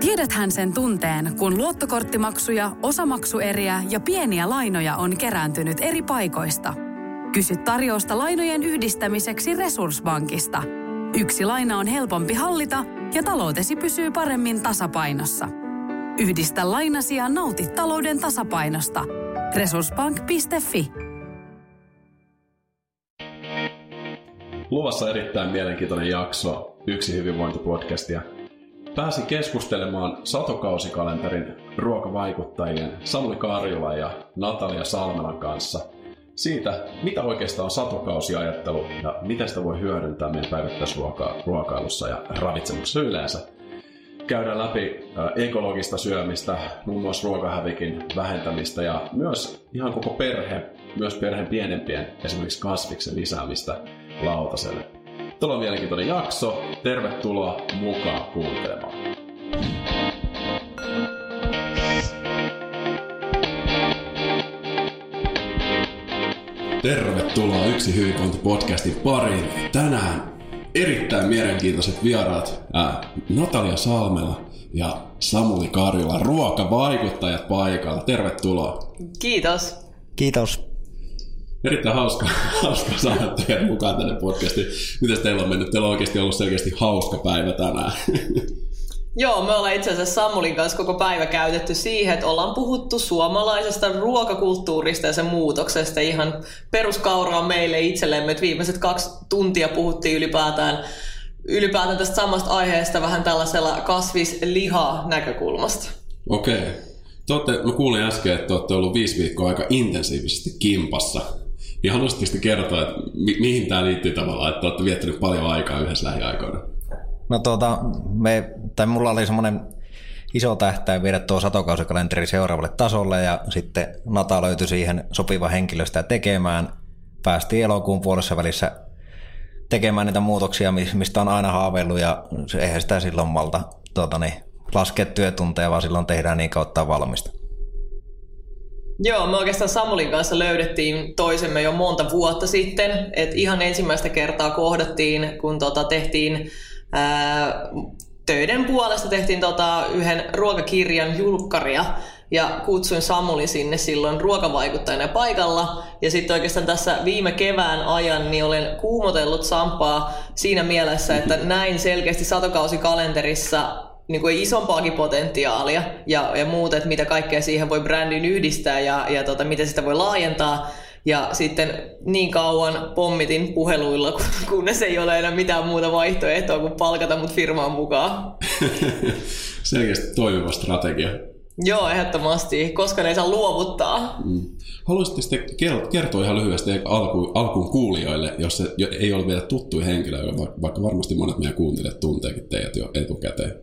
Tiedäthän sen tunteen, kun luottokorttimaksuja, osamaksueriä ja pieniä lainoja on kerääntynyt eri paikoista. Kysy tarjousta lainojen yhdistämiseksi Resurssbankista. Yksi laina on helpompi hallita ja taloutesi pysyy paremmin tasapainossa. Yhdistä lainasi ja nauti talouden tasapainosta. Resurssbank.fi. Luvassa erittäin mielenkiintoinen jakso Yksi hyvinvointipodcastia. Pääsin keskustelemaan satokausikalenterin ruokavaikuttajien Samuli Karjula ja Natalia Salmelan kanssa siitä, mitä oikeastaan on satokausiajattelu ja miten sitä voi hyödyntää meidän päivittäisruokailussa ja ravitsemuksessa yleensä. Käydään läpi ekologista syömistä, muun muassa ruokahävikin vähentämistä ja myös ihan koko myös perheen pienempien, esimerkiksi kasviksen lisäämistä lautaselle. Tuolla on mielenkiintoinen jakso. Tervetuloa mukaan kuuntelemaan. Tervetuloa Yksi hyvinvointipodcastin pariin. Tänään erittäin mielenkiintoiset vieraat Natalia Salmela ja Samuli Karjula, ruokavaikuttajat paikalla. Tervetuloa. Kiitos. Kiitos. Erittäin hauska saada teidät mukaan tänne podcastiin. Mites teillä on mennyt? Teillä on oikeasti ollut selkeästi hauska päivä tänään. Joo, me ollaan itse asiassa Samulin kanssa koko päivä käytetty siihen, että ollaan puhuttu suomalaisesta ruokakulttuurista ja sen muutoksesta. Ihan peruskauraa meille itsellemme, että viimeiset 2 tuntia puhuttiin ylipäätään tästä samasta aiheesta vähän tällaisella kasvisliha-näkökulmasta. Okei. Mä kuulin äsken, että olette ollut 5 viikkoa aika intensiivisesti kimpassa. Niin haluaisitteko te kertoa, että mihin tämä liittyy tavallaan, että olette viettänyt paljon aikaa yhdessä lähiaikoina? No mulla oli semmoinen iso tähtäin viedä tuo satokausikalenteri seuraavalle tasolle ja sitten Nata löytyi siihen sopiva henkilö sitä tekemään. Päästiin elokuun puolessa välissä tekemään niitä muutoksia, mistä on aina haaveillut ja eihän sitä silloin malta laskea työtunteja, vaan silloin tehdään niin kautta valmista. Joo, me oikeastaan Samulin kanssa löydettiin toisemme jo monta vuotta sitten. Et ihan ensimmäistä kertaa kohdattiin, kun tehtiin töiden puolesta yhden ruokakirjan julkkaria ja kutsuin Samuli sinne silloin ruokavaikuttajana paikalla. Ja sitten oikeastaan tässä viime kevään ajan niin olen kuumotellut Sampaa siinä mielessä, että näin selkeästi satokausikalenterissa niin kuin isompaakin potentiaalia ja muuta, että mitä kaikkea siihen voi brändin yhdistää ja miten sitä voi laajentaa. Ja sitten niin kauan pommitin puheluilla, kunnes ei ole enää mitään muuta vaihtoehtoa kuin palkata mut firmaan mukaan. Selkeästi toimiva strategia. Joo, ehdottomasti, koska ne ei saa luovuttaa. Haluaisitte sitten kertoa ihan lyhyesti alkuun kuulijoille, jos se ei ole vielä tuttuja henkilöitä, vaikka varmasti monet meidän kuuntelijat tunteekin teidät jo etukäteen.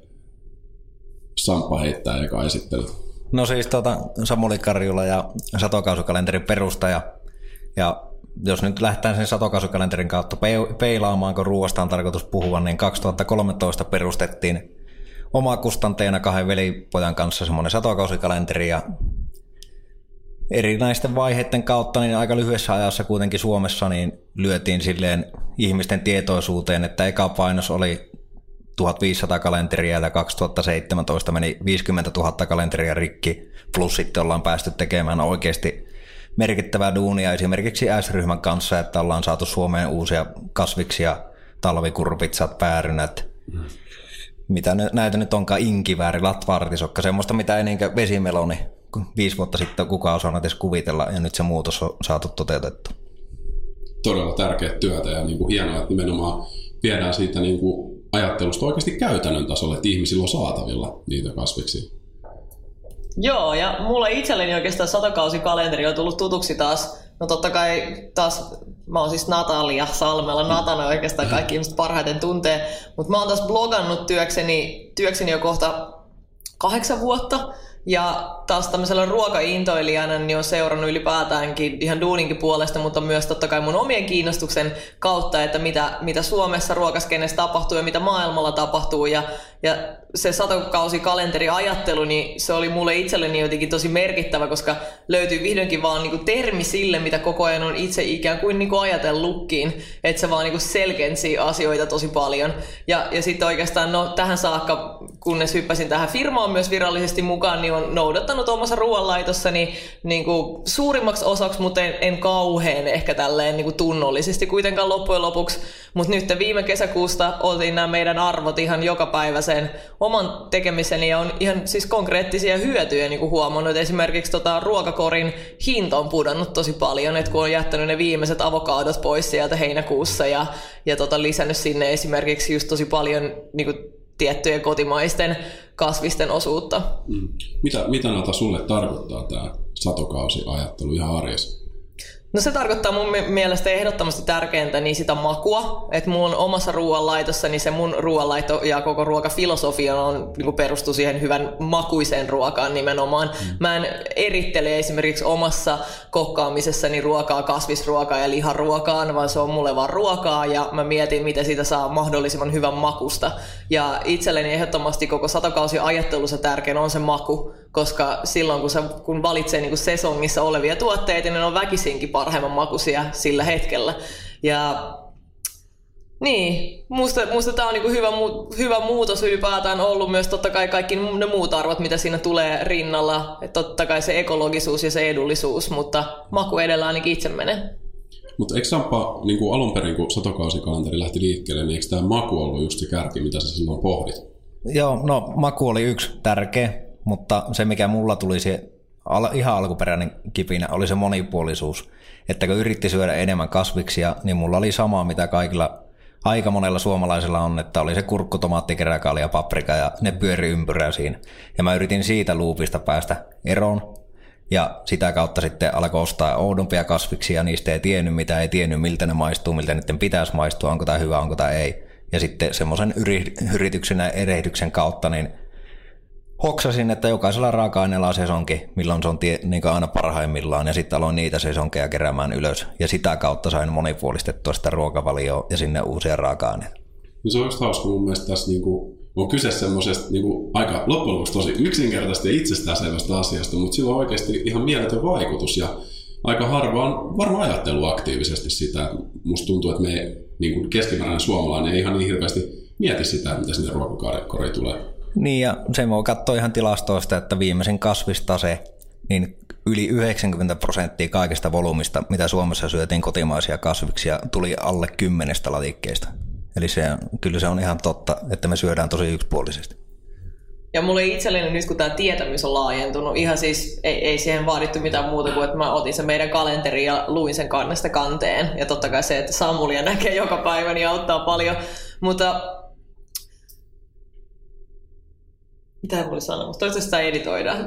Samppa heittää eka esittely. No siis Samuli Karjula ja satokausikalenterin perustaja. Ja jos nyt lähdetään sen satokausikalenterin kautta peilaamaan, kun ruoasta on tarkoitus puhua, niin 2013 perustettiin omakustanteena 2 velipojan kanssa semmoinen satokausikalenteri ja erinäisten vaiheiden kautta niin aika lyhyessä ajassa kuitenkin Suomessa niin lyötiin silleen ihmisten tietoisuuteen, että eka painos oli 1500 kalenteria ja 2017 meni 50 000 kalenteria rikki, plus sitten ollaan päästy tekemään oikeasti merkittävää duunia esimerkiksi S-ryhmän kanssa, että ollaan saatu Suomeen uusia kasviksia, talvikurpitsat, päärynät, mitä näitä nyt onkaan, inkivääri, latva-artisokka, semmoista mitä ei niinkään vesimeloni 5 vuotta sitten kukaan osannut edes kuvitella ja nyt se muutos on saatu toteutettu. Todella tärkeä työtä ja hienoa, että nimenomaan viedään siitä ajattelusta oikeasti käytännön tasolle, että ihmisillä on saatavilla niitä kasviksia. Joo, ja mulle itselleni oikeastaan satokausikalenteri on tullut tutuksi taas. No totta kai taas, mä oon siis Natalia Salmela, Natana oikeastaan kaikki ihmiset parhaiten tuntee, mutta mä oon taas blogannut työkseni jo kohta 8 vuotta. Ja taas tämmöisellä ruokaintoilijana niin on seurannut ylipäätäänkin ihan duuninkin puolesta, mutta myös totta kai mun omien kiinnostuksen kautta, että mitä Suomessa ruokaskenessä tapahtuu ja mitä maailmalla tapahtuu. Ja se satokausikalenteri-ajattelu, niin se oli mulle itselleni jotenkin tosi merkittävä, koska löytyy vihdoinkin vaan niinku termi sille, mitä koko ajan on itse ikään kuin niinku ajatellutkin, että se vaan niinku selkensi asioita tosi paljon. Ja sitten oikeastaan tähän saakka kunnes hyppäsin tähän firmaan myös virallisesti mukaan, niin on noudattanut omassa ruoanlaitossani niin kuin suurimmaksi osaksi, mutta en kauhean ehkä tälleen niin kuin tunnollisesti kuitenkaan loppujen lopuksi. Mutta nyt viime kesäkuusta oltiin nämä meidän arvot ihan jokapäiväisen oman tekemiseni ja on ihan siis konkreettisia hyötyjä niin kuin huomannut. Esimerkiksi ruokakorin hinta on pudonnut tosi paljon, että kun on jättänyt ne viimeiset avokadot pois sieltä heinäkuussa ja lisännyt sinne esimerkiksi just tosi paljon niin kuin tiettyjen kotimaisten kasvisten osuutta. Mitä Nata sulle tarkoittaa tämä satokausiajattelu ihan arjessa? No se tarkoittaa mun mielestä ehdottomasti tärkeintä niin sitä makua, että mulla on omassa ruoanlaitossani se mun ruoanlaitto ja koko ruokafilosofia niin perustuu siihen hyvän makuiseen ruokaan nimenomaan. Mä en erittele esimerkiksi omassa kokkaamisessani ruokaa kasvisruokaa ja liharuokaan, vaan se on mulle vaan ruokaa ja mä mietin, miten siitä saa mahdollisimman hyvän makusta. Ja itselleni ehdottomasti koko satokausiajattelussa tärkein on se maku, koska silloin kun valitsee niin kuin sesongissa olevia tuotteita, niin ne on väkisinkin parhaimman makuisia sillä hetkellä. Ja niin, musta tämä on niin kuin hyvä muutos ylipäätään ollut myös totta kai kaikki ne muut arvot, mitä siinä tulee rinnalla. Että totta kai se ekologisuus ja se edullisuus, mutta maku edellä ainakin itse menee. Mutta eikö Sampa niin kuin alun perin, kun satokausikalenteri lähti liikkeelle, niin eikö tämä maku ollut just se kärki, mitä sä silloin pohdit? Joo, no maku oli yksi tärkeä, mutta se mikä mulla tuli se ihan alkuperäinen kipinä oli se monipuolisuus. Että kun yritti syödä enemmän kasviksia, niin mulla oli sama mitä kaikilla aika monella suomalaisella on, että oli se kurkku, tomaatti, keräkaali ja paprika ja ne pyöri ympyrää siinä. Ja mä yritin siitä loopista päästä eroon ja sitä kautta sitten alkoi ostaa oudompia kasviksia, niistä ei tiennyt mitä ei tiennyt, miltä ne maistuu, miltä niiden pitäisi maistua, onko tämä hyvä, onko tämä ei. Ja sitten semmoisen yrityksen ja erehdyksen kautta niin hoksasin, että jokaisella raaka-aineella on sesonki, milloin se on niin aina parhaimmillaan, ja sitten aloin niitä sesonkeja keräämään ylös. Ja sitä kautta sain monipuolistettua sitä ruokavalioa ja sinne uusia raaka-aineita. No se on just hauska mun mielestä tässä on kyse semmoisesta aika loppujen lopuksi tosi yksinkertaisesti ja itsestäänselvästä asiasta, mutta sillä on oikeasti ihan mieletön vaikutus ja aika harvaan varmaan ajattelu aktiivisesti sitä. Musta tuntuu, että me keskimääräinen suomalainen ei ihan niin hirveästi mieti sitä, mitä sinne ruokakoriin tulee. Niin ja sen voi katsoa ihan tilastoista, että viimeisen kasvistase, niin yli 90% kaikesta volyymista, mitä Suomessa syötiin kotimaisia kasviksia, tuli alle 10 latikkeista. Eli kyllä se on ihan totta, että me syödään tosi yksipuolisesti. Ja mulle itselleni nyt, kun tämä tietämys on laajentunut, ihan siis ei siihen vaadittu mitään muuta kuin, että mä otin sen meidän kalenterin ja luin sen kannesta kanteen. Ja totta kai se, että Samulia näkee joka päivä, niin auttaa paljon. Mutta mitä hän voi sanoa? Toivottavasti sitä editoidaan.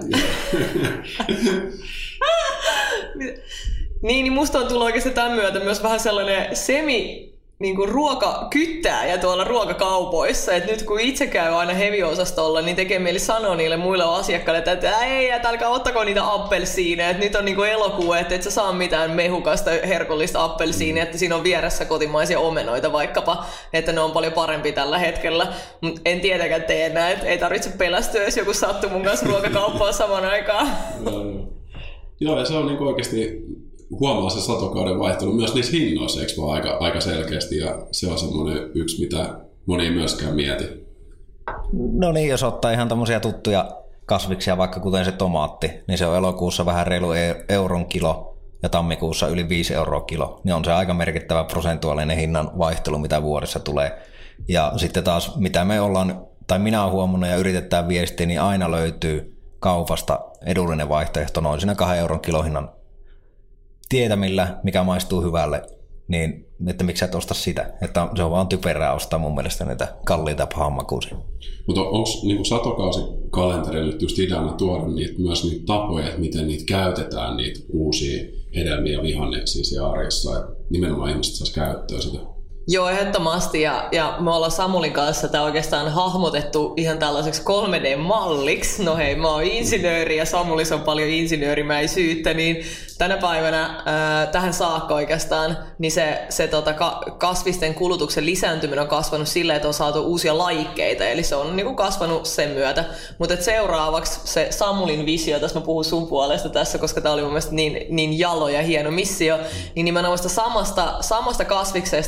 niin musta on tullut oikeasti tämän myötä myös vähän sellainen ruokakyttääjä tuolla ruokakaupoissa. Et nyt kun itse käy aina heavy-osastolla, niin tekee mieli sanoa niille muille asiakkaille, että ei, älkää ottako niitä appelsiineja. Et nyt on elokuu, että et sä saa mitään mehukasta herkullista appelsiineja, että siinä on vieressä kotimaisia omenoita vaikkapa, että ne on paljon parempi tällä hetkellä. Mut en tietenkään tee näin, ei tarvitse pelästyä, jos joku sattuu mun kanssa ruokakauppaan saman aikaan. Joo, ja se on oikeasti huomaa se satokauden vaihtelu myös niissä hinnoissa, eikö vaan aika selkeästi, ja se on semmoinen yksi, mitä moni ei myöskään mieti. No niin, jos ottaa ihan tommosia tuttuja kasviksia, vaikka kuten se tomaatti, niin se on elokuussa vähän reilu euron kilo ja tammikuussa yli 5 euroa kilo, niin on se aika merkittävä prosentuaalinen hinnan vaihtelu, mitä vuodessa tulee. Ja sitten taas, mitä me ollaan, tai minä olen huomannut ja yritetään viestiä, niin aina löytyy kaupasta edullinen vaihtoehto noin siinä 2 euron kilohinnan tietämillä, mikä maistuu hyvälle, niin että miksi sä et osta sitä. Että se on vaan typerää ostaa mun mielestä niitä kalliita pahanmakuisia. Mutta onko satokausikalenterille nyt just ideana tuoda myös niitä tapoja, että miten niitä käytetään, niitä uusia hedelmiä ja vihanneksia siellä arjessa, että nimenomaan ihmiset saisi käyttöä sitä? Joo, ehdottomasti. Ja me ollaan Samulin kanssa tämä oikeastaan hahmotettu ihan tällaiseksi 3D-malliksi. No hei, mä oon insinööri ja Samulis on paljon insinöörimäisyyttä, niin tänä päivänä tähän saakka oikeastaan niin se kasvisten kulutuksen lisääntyminen on kasvanut silleen, että on saatu uusia lajikkeita, eli se on kasvanut sen myötä. Mutta seuraavaksi se Samulin visio, tässä mä puhun sun puolesta tässä, koska tää oli mun mielestä niin jalo ja hieno missio, niin nimenomaan samasta kasviksesta niin löytyy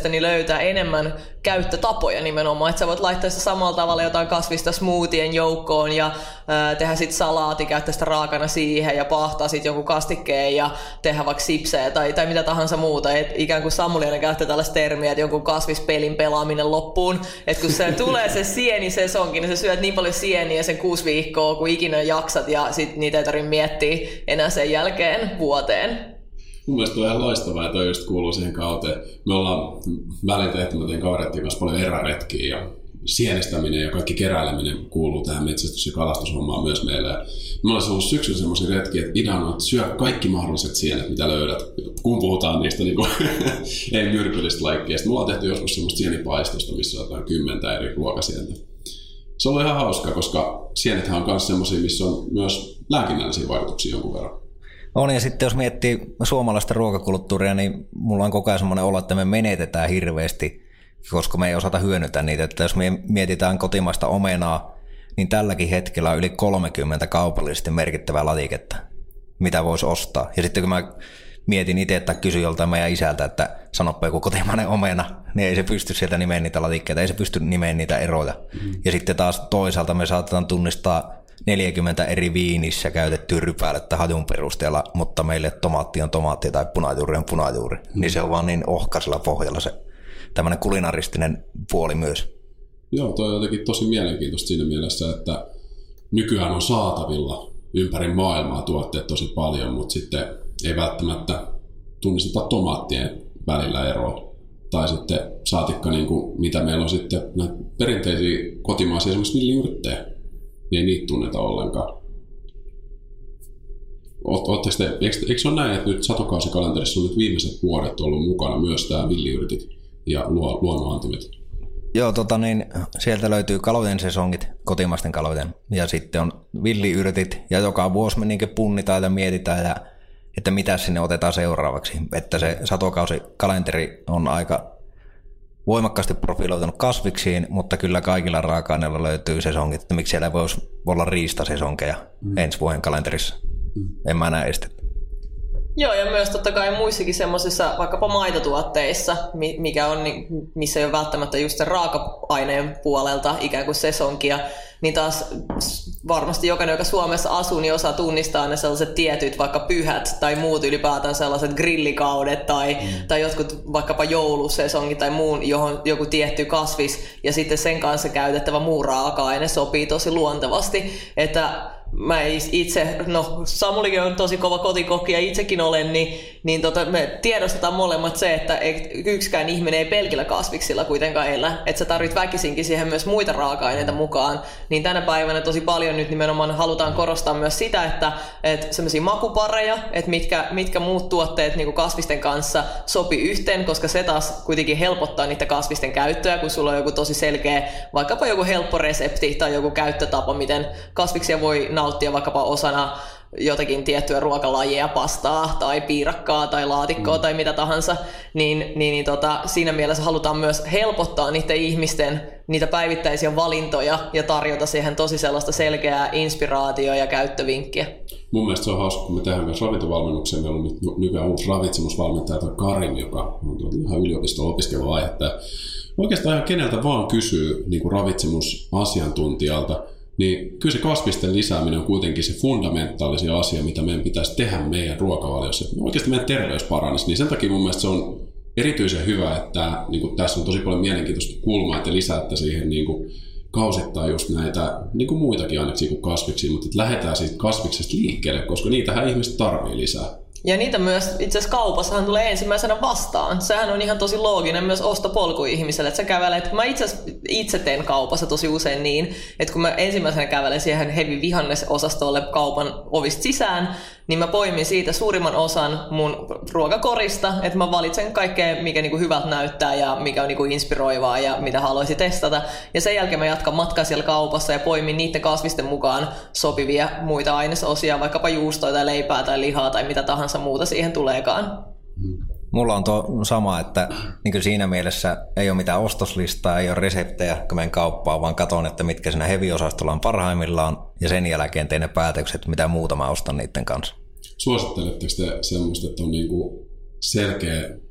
löytää enemmän käyttötapoja nimenomaan, että sä voit laittaa sitä samalla tavalla jotain kasvista smoothien joukkoon ja tehdä sit salaati, käyttää sitä raakana siihen ja paahtaa sit jonkun kastikkeen ja tehdä vaikka sipsejä tai mitä tahansa muuta. Et ikään kuin Samuli aina käyttää tällaista termiä, että jonkun kasvispelin pelaaminen loppuun, että kun se tulee se sienisesonkin, niin sä syöt niin paljon sieniä sen 6 viikkoa, kun ikinä jaksat ja sit niitä ei tarvitse miettiä enää sen jälkeen vuoteen. Mun mielestä on ihan loistavaa, ja toi just kuuluu siihen kauteen. Me ollaan välillä tehty kavereiden kanssa paljon eräretkiä ja sienistäminen ja kaikki keräileminen kuuluu tähän metsästys- ja kalastushommaan myös meille. Me ollaan ollut syksyllä semmoisia retkiä, että idea on, että syö kaikki mahdolliset sienet, mitä löydät, kun puhutaan niistä niin kuin, ei myrkyllistä laikkeista. Me ollaan tehty joskus semmoista sienipaistosta, missä on jotain 10 eri ruokasientä. Se on ollut ihan hauskaa, koska sienethän on myös semmoisia, missä on myös lääkinnällisiä vaikutuksia jonkun verran. On, ja sitten jos miettii suomalaista ruokakulttuuria, niin mulla on koko ajan semmoinen olo, että me menetetään hirveästi, koska me ei osata hyödyntää niitä. Että jos me mietitään kotimaista omenaa, niin tälläkin hetkellä on yli 30 kaupallisesti merkittävää latiketta, mitä voisi ostaa. Ja sitten kun mä mietin itse, että kysyin joltain meidän isältä, että sanoppa joku kotimainen omena, niin ei se pysty sieltä nimeen niitä latikkeita, ei se pysty nimeen niitä eroja. Ja sitten taas toisaalta me saatetaan tunnistaa 40 eri viinissä käytettyä rypälettä hajun perusteella, mutta meille tomaatti on tomaatti tai punajuuri on punajuuri. Niin se on vaan niin ohkaisella pohjalla se tämmöinen kulinaristinen puoli myös. Joo, toi on jotenkin tosi mielenkiintoista siinä mielessä, että nykyään on saatavilla ympäri maailmaa tuotteet tosi paljon, mutta sitten ei välttämättä tunnisteta tomaattien välillä eroa. Tai sitten saatikka, niin kuin, mitä meillä on sitten näitä perinteisiä kotimaisia esimerkiksi villiyrttejä. Niin ei niitä tunneta ollenkaan. Eikö se ole näin, että nyt satokausikalenterissa on nyt viimeiset vuodet ollut mukana myös tämä villiyrtit ja luonnonantimet? Joo, sieltä löytyy kalojen sesongit, kotimaisten kalojen, ja sitten on villiyrtit, ja joka vuosi me niinkin punnitaan ja mietitään, että mitä sinne otetaan seuraavaksi. Että se satokausikalenteri on aika voimakkaasti profiloitunut kasviksiin, mutta kyllä kaikilla raaka-aineilla löytyy sesongit, että miksi siellä voisi olla riistasesonkeja ensi vuoden kalenterissa. En mä näe estettä. Joo, ja myös totta kai muissakin semmoisissa vaikkapa maitotuotteissa, mikä on, missä ei ole välttämättä just sen raaka-aineen puolelta ikään kuin sesonkia, niin taas varmasti jokainen, joka Suomessa asuu, niin osaa tunnistaa ne sellaiset tietyt vaikka pyhät tai muut ylipäätään sellaiset grillikaudet tai jotkut vaikkapa joulusesongit tai muun, johon joku tietty kasvis ja sitten sen kanssa käytettävä muu raaka-aine sopii tosi luontevasti, että mä itse, Samulikin on tosi kova kotikokki ja itsekin olen, niin me tiedostetaan molemmat se, että yksikään ihminen ei pelkillä kasviksilla kuitenkaan elä, että sä tarvit väkisinkin siihen myös muita raaka-aineita mukaan, niin tänä päivänä tosi paljon nyt nimenomaan halutaan korostaa myös sitä, että semmoisia makupareja, että mitkä muut tuotteet niin kuin kasvisten kanssa sopii yhteen, koska se taas kuitenkin helpottaa niitä kasvisten käyttöä, kun sulla on joku tosi selkeä, vaikkapa joku helppo resepti tai joku käyttötapa, miten kasviksia voi nauttia vaikkapa osana jotakin tiettyä ruokalajia, pastaa tai piirakkaa tai laatikkoa tai mitä tahansa, niin siinä mielessä halutaan myös helpottaa niiden ihmisten niitä päivittäisiä valintoja ja tarjota siihen tosi sellaista selkeää inspiraatio- ja käyttövinkkiä. Mun mielestä se on hauska, kun me tehdään myös ravintovalmennukseen. Meillä on nyt nykyään uusi ravitsemusvalmentaja, Karin, joka on ihan yliopistolla opiskeleva aihe. Oikeastaan ihan keneltä vaan kysyy niin kuin ravitsemusasiantuntijalta, niin kyllä se kasvisten lisääminen on kuitenkin se fundamentaalisia asia, mitä meidän pitäisi tehdä meidän ruokavaliossa. Oikeasti meidän terveys paranisi, niin sen takia mun mielestä se on erityisen hyvä, että niin kuin tässä on tosi paljon mielenkiintoista kulmaa, että lisäätte siihen niin kuin kausittain just näitä niin kuin muitakin aineksia kuin kasviksia, mutta että lähdetään siitä kasviksesta liikkeelle, koska niitähän ihmiset tarvii lisää. Ja niitä myös itse asiassa kaupassahan tulee ensimmäisenä vastaan. Sehän on ihan tosi looginen myös ostopolku ihmiselle, että sä kävelet. Mä itse teen kaupassa tosi usein niin, että kun mä ensimmäisenä kävelen siihen heavy vihannesosastolle kaupan ovista sisään, niin mä poimin siitä suurimman osan mun ruokakorista, että mä valitsen kaikkea, mikä niinku hyvältä näyttää ja mikä on niinku inspiroivaa ja mitä haluaisin testata. Ja sen jälkeen mä jatkan matkaa siellä kaupassa ja poimin niiden kasvisten mukaan sopivia muita ainesosia, vaikkapa juustoa tai leipää tai lihaa tai mitä tahansa muuta siihen tuleekaan. Mulla on tuo sama, että niin siinä mielessä ei ole mitään ostoslistaa, ei ole reseptejä, kun menen kauppaan, vaan katson, että mitkä siinä heavy-osastolla on parhaimmillaan, ja sen jälkeen teen ne päätökset, mitä muuta mä ostan niiden kanssa. Suositteletteko te semmoista, että on niinku selkeä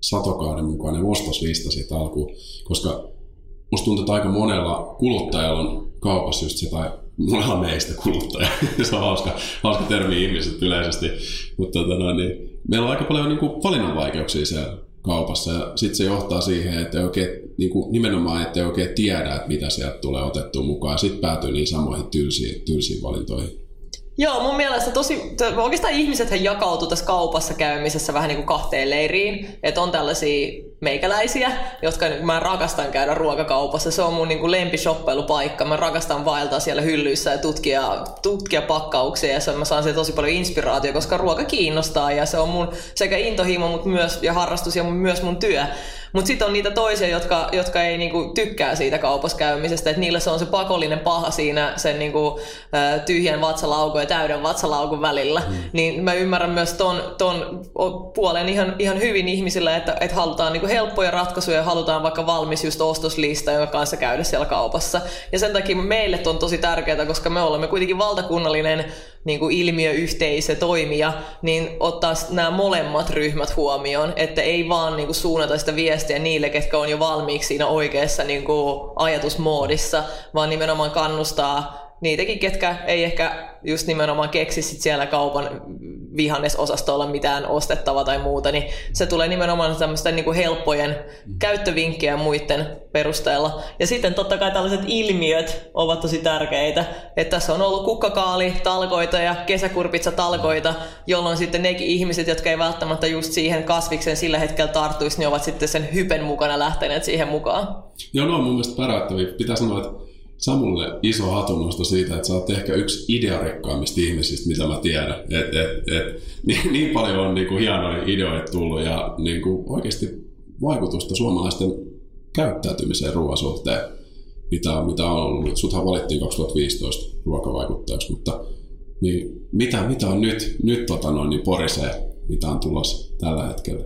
satokauden mukainen ostoslista siitä alkuun, koska musta tuntuu, että aika monella kuluttajalla on kaupassa just se, tai monella meistä kuluttaja, se on hauska termi ihmiset yleisesti, mutta niin, meillä on aika paljon niin kuin valinnanvaikeuksia siellä kaupassa, ja sitten se johtaa siihen, että ei oikein, niin kuin nimenomaan ettei oikein tiedä, että mitä sieltä tulee otettua mukaan, ja sitten päätyy niin samoihin tylsiin valintoihin. Joo, mun mielestä oikeastaan ihmisethän jakautuu tässä kaupassa käymisessä vähän niin kuin kahteen leiriin. Että on tällaisia meikäläisiä, jotka mä rakastan käydä ruokakaupassa. Se on mun niin kuin lempishoppailupaikka. Mä rakastan vaeltaa siellä hyllyissä ja tutkia pakkauksia. Ja mä saan siitä tosi paljon inspiraatiota, koska ruoka kiinnostaa. Ja se on mun sekä intohimo mutta myös, ja harrastus ja myös mun työ. Mutta sitten on niitä toisia, jotka ei niinku tykkää siitä kaupassa käymisestä, että niillä se on se pakollinen paha siinä sen niinku, tyhjän vatsalaukun ja täyden vatsalaukun välillä. Niin mä ymmärrän myös ton puolen ihan hyvin ihmisillä, että halutaan niinku helppoja ratkaisuja ja halutaan vaikka valmis just ostoslista, jonka kanssa käydä siellä kaupassa. Ja sen takia meille on tosi tärkeää, koska me olemme kuitenkin valtakunnallinen niin kuin ilmiöyhteisö, toimija, niin ottaa nämä molemmat ryhmät huomioon, että ei vaan niin kuin suunnata sitä viestiä niille, ketkä on jo valmiiksi siinä oikeassa niin kuin ajatusmoodissa, vaan nimenomaan kannustaa niitäkin, ketkä ei ehkä just nimenomaan keksi sit siellä kaupan vihannesosastolla mitään ostettavaa tai muuta, niin se tulee nimenomaan tämmöisten niin kuin helppojen käyttövinkkejä muiden perusteella. Ja sitten totta kai tällaiset ilmiöt ovat tosi tärkeitä, että tässä on ollut kukkakaali-talkoita ja kesäkurpitsa-talkoita, jolloin sitten nekin ihmiset, jotka ei välttämättä just siihen kasviksen sillä hetkellä tarttuisi, niin ovat sitten sen hypen mukana lähteneet siihen mukaan. Joo, no on mun mielestä päräyttäviä. Pitää sanoa, että Samulle iso hatunnosto siitä, että sä oot ehkä yksi idearikkaimmista ihmisistä, mitä mä tiedän. Niin paljon on niin kuin hienoja ideoita tullut ja niin kuin oikeasti vaikutusta suomalaisten käyttäytymiseen ruoan suhteen, mitä on ollut. Suthan valittiin 2015 ruokavaikuttajaksi, mutta niin, mitä on nyt niin porisee, mitä on tulossa tällä hetkellä?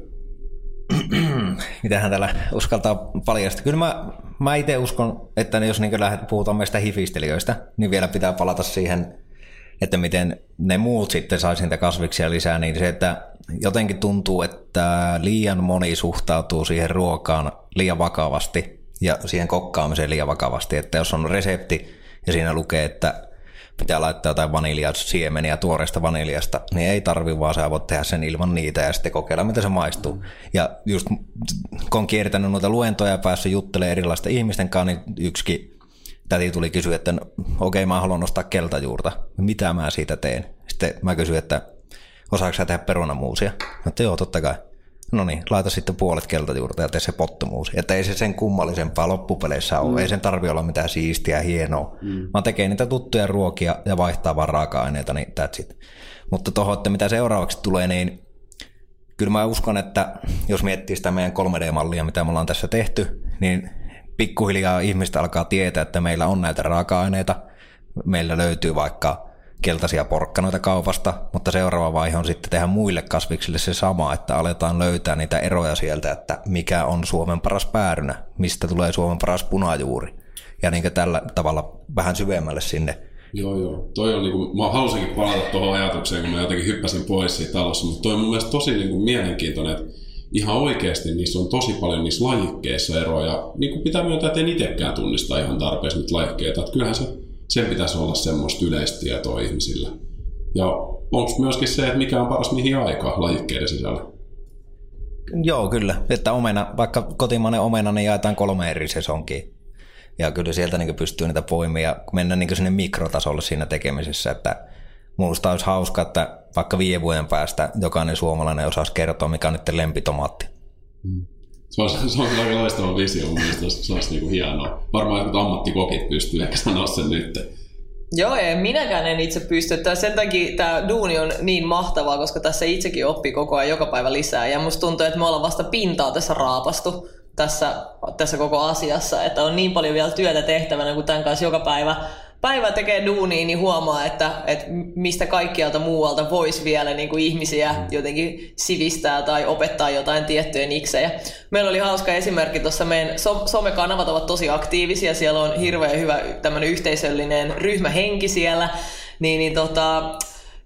Mitähän täällä uskaltaa paljastaa. Kyllä mä itse uskon, että jos niin puhutaan meistä hifistelijöistä, niin vielä pitää palata siihen, että miten ne muut sitten saisi niitä kasviksia lisää, niin se, että jotenkin tuntuu, että liian moni suhtautuu siihen ruokaan liian vakavasti ja siihen kokkaamiseen liian vakavasti, että jos on resepti ja siinä lukee, että pitää laittaa jotain vaniljasiemeniä tuoreesta vaniljasta, niin ei tarvi, vaan sä voit tehdä sen ilman niitä ja sitten kokeilla, mitä se maistuu. Ja just kun on kiertänyt noita luentoja ja päässyt juttelemaan erilaisten ihmisten kanssa, niin yksikin täti tuli kysyä, että okei, mä haluan nostaa keltajuurta. Mitä mä siitä teen? Sitten mä kysyin, että osaatko sä tehdä perunamuusia? Että joo, totta kai. No niin, laita sitten puolet keltajuurta ja tee se pottomuusi. Että ei se sen kummallisempaa loppupeleissä ole. Ei sen tarvitse olla mitään siistiä ja hienoa. Vaan tekee niitä tuttuja ruokia ja vaihtaa vaan raaka-aineita, niin that's it. Mutta tuohon, että mitä seuraavaksi tulee, niin kyllä mä uskon, että jos miettii sitä meidän 3D-mallia, mitä me ollaan tässä tehty, niin pikkuhiljaa ihmistä alkaa tietää, että meillä on näitä raaka-aineita. Meillä löytyy vaikka keltaisia porkkanoita kaupasta, mutta seuraava vaihe on sitten tehdä muille kasviksille se sama, että aletaan löytää niitä eroja sieltä, että mikä on Suomen paras päärynä, mistä tulee Suomen paras punajuuri. Ja niin tällä tavalla vähän syvemmälle sinne. Joo. Toi on niinku, mä halusinkin palata tuohon ajatukseen, kun mä jotenkin hyppäsin pois siitä talossa, mutta toi on mun mielestä tosi niinku mielenkiintoinen, että ihan oikeasti niissä on tosi paljon niissä lajikkeissa eroja. Ja niinku pitää myöntää, että en itsekään tunnista ihan tarpeeksi niitä lajikkeita, että kyllähän sen pitäisi olla semmoista yleistietoa ihmisillä. Ja onko myöskin se, että mikä on paras mihin aikaan lajikkeiden sisällä? Joo, kyllä. Että omena, vaikka kotimainen omena, niin jaetaan 3 eri sesonkia. Ja kyllä sieltä niin pystyy niitä poimia ja mennä niin sinne mikrotasolle siinä tekemisessä. Että minusta olisi hauska, että vaikka 5 vuoden päästä jokainen suomalainen osaisi kertoa, mikä on nyt lempitomaatti. Se on aika loistava visio, mun mielestä se olisi niinku hienoa. Varmaan jotkut ammattikokit pystyy ehkä sanoa sen nyt. Joo, ja minäkään en itse pysty. Sen takia tämä duuni on niin mahtavaa, koska tässä itsekin oppii koko ajan joka päivä lisää. Ja musta tuntuu, että me ollaan vasta pintaa tässä raapastu tässä koko asiassa. Että on niin paljon vielä työtä tehtävänä, kun tämän kanssa joka päivä tekee duunia, niin huomaa, että mistä kaikkialta muualta voisi vielä niin kuin ihmisiä jotenkin sivistää tai opettaa jotain tiettyjä niksejä. Meillä oli hauska esimerkki tuossa, meidän somekanavat ovat tosi aktiivisia, siellä on hirveän hyvä tämmöinen yhteisöllinen ryhmähenki siellä,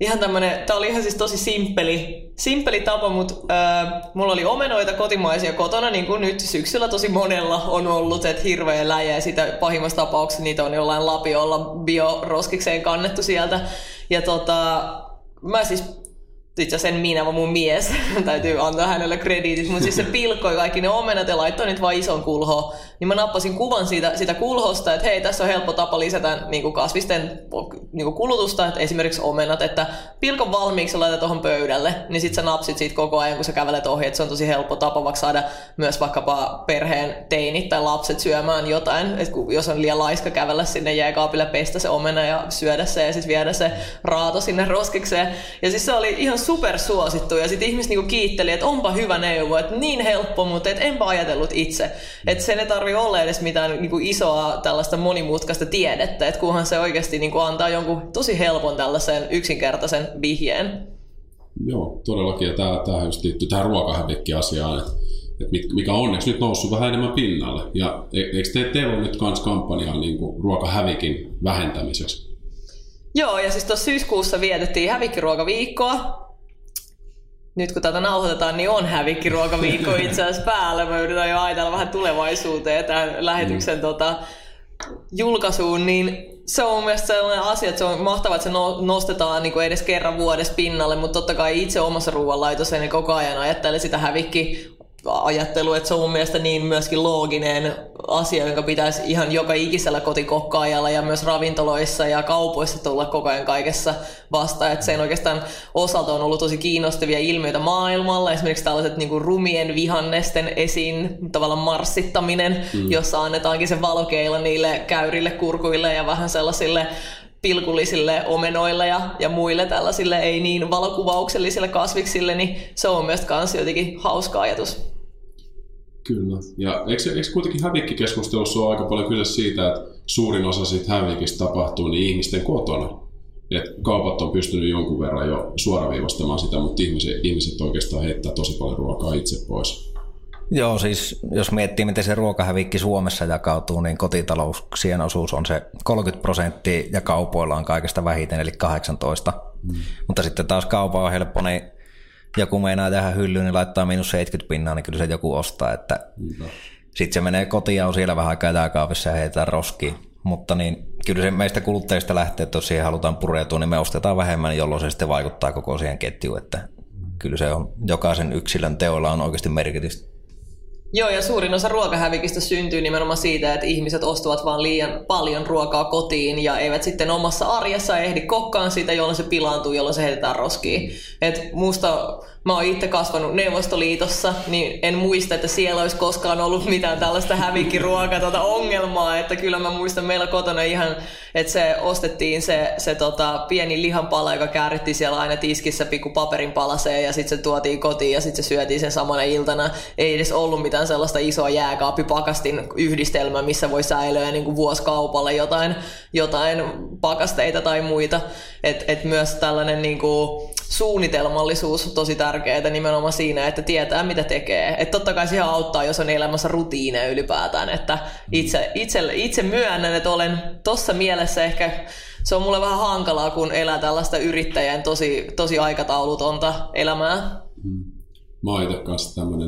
ihan tämmönen, tää oli ihan siis tosi simppeli tapa, mutta mulla oli omenoita kotimaisia kotona, niin kuin nyt syksyllä tosi monella on ollut, että hirveä läjä ja sitä pahimmassa tapauksessa niitä on jollain lapiolla bioroskikseen kannettu sieltä. Ja mä siis itse asiassa minä, vaan mun mies, täytyy antaa hänelle krediitit, mutta siis se pilkkoi kaikki ne omenat ja laittoi niitä vaan ison kulhoon. Niin mä nappasin kuvan siitä kulhosta, että hei, tässä on helppo tapa lisätä niinku kasvisten niinku kulutusta, että esimerkiksi omenat, että pilkon valmiiksi ja laita tuohon pöydälle, niin sit sä napsit siitä koko ajan, kun sä kävelet ohi, että se on tosi helppo tapa vaikka saada myös vaikkapa perheen teinit tai lapset syömään jotain, että jos on liian laiska kävellä sinne jääkaapille, pestä se omena ja syödä se ja sitten viedä se raato sinne roskikseen. Ja siis se oli ihan super suosittu ja sitten ihmiset niinku kiitteli, että onpa hyvä neuvo, että niin helppo, mutta et enpä ajatellut itse. Että sen ei tarvitse olla edes mitään niinku isoa tällaista monimutkaista tiedettä, että kunhan se oikeasti niinku antaa jonkun tosi helpon tällaisen yksinkertaisen vihjeen. Joo, todellakin. Ja tämähän just liittyy tähän ruokahävikki-asiaan, että mikä on onneksi nyt noussut vähän enemmän pinnalle. Ja eikö teillä ole nyt kans kampanjaa niinku ruokahävikin vähentämiseksi? Joo, ja siis tuossa syyskuussa vietettiin hävikkiruokaviikkoa. Nyt kun tätä nauhoitetaan, niin on hävikkiruokaviikko itse asiassa päällä. Mä yritän jo ajatella vähän tulevaisuuteen tämän lähetyksen julkaisuun, niin se on mun mielestä sellainen asia, että se on mahtavaa, että se nostetaan niin kuin edes kerran vuodessa pinnalle, mutta totta kai itse omassa ruoanlaitossa niin koko ajan ajattelen sitä hävikkiajattelua, että se on mun mielestä niin myöskin looginen asia, jonka pitäisi ihan joka ikisellä kotikokkaajalla ja myös ravintoloissa ja kaupoissa tulla koko ajan kaikessa vastaan. Että sen oikeastaan osalta on ollut tosi kiinnostavia ilmiöitä maailmalla. Esimerkiksi tällaiset niin kuin rumien vihannesten esiin tavallaan marssittaminen, jossa annetaankin se valokeila niille käyrille, kurkuille ja vähän sellaisille pilkullisille omenoille ja muille tällaisille ei niin valokuvauksellisille kasviksille, niin se on myös kans jotenkin hauska ajatus. Kyllä. Ja eikö kuitenkin hävikkikeskustelussa ole aika paljon kyse siitä, että suurin osa siitä hävikistä tapahtuu niin ihmisten kotona? Et kaupat on pystynyt jonkun verran jo suoraviivastamaan sitä, mutta ihmiset oikeastaan heittää tosi paljon ruokaa itse pois. Joo, siis jos miettii, miten se ruokahävikki Suomessa jakautuu, niin kotitalouksien osuus on se 30% ja kaupoilla on kaikesta vähiten, eli 18%. Mutta sitten taas kaupan on helppo, niin joku meinaa tehdä hyllyyn, niin laittaa -70%, niin kyllä se joku ostaa. Sitten se menee kotiin ja on siellä vähän aikaa jääkaapissa ja heitetään roskiin. Mutta niin, kyllä se meistä kuluttajista lähtee, että jos siihen halutaan pureutua, niin me ostetaan vähemmän, jolloin se sitten vaikuttaa koko siihen ketjuun. Että kyllä se on, jokaisen yksilön teoilla on oikeasti merkitystä. Joo, ja suurin osa ruokahävikistä syntyy nimenomaan siitä, että ihmiset ostavat vaan liian paljon ruokaa kotiin ja eivät sitten omassa arjessa ehdi kokkaan sitä, jolloin se pilaantuu, jolloin se heitetään roskiin. Et mä oon itse kasvanut Neuvostoliitossa, niin en muista, että siellä olisi koskaan ollut mitään tällaista hävikkiruokaa ongelmaa, että kyllä mä muistan meillä kotona ihan, että se ostettiin se pieni lihanpala, joka käärittiin siellä aina tiskissä pikku paperin palaseen ja sitten se tuotiin kotiin ja sitten se syötiin sen samana iltana. Ei edes ollut mitään sellaista isoa jääkaappipakastin yhdistelmää, missä voi säilöä niin kuin vuosikaupalla jotain pakasteita tai muita. Et myös tällainen niin kuin suunnitelmallisuus on tosi tärkeää nimenomaan siinä, että tietää mitä tekee. Et totta kai siihen auttaa, jos on elämässä rutiineja ylipäätään. Että itse myönnän, että olen tuossa mielessä ehkä, se on mulle vähän hankalaa, kun elää tällaista yrittäjän tosi aikataulutonta elämää. Mä oon itse kanssa tämmönen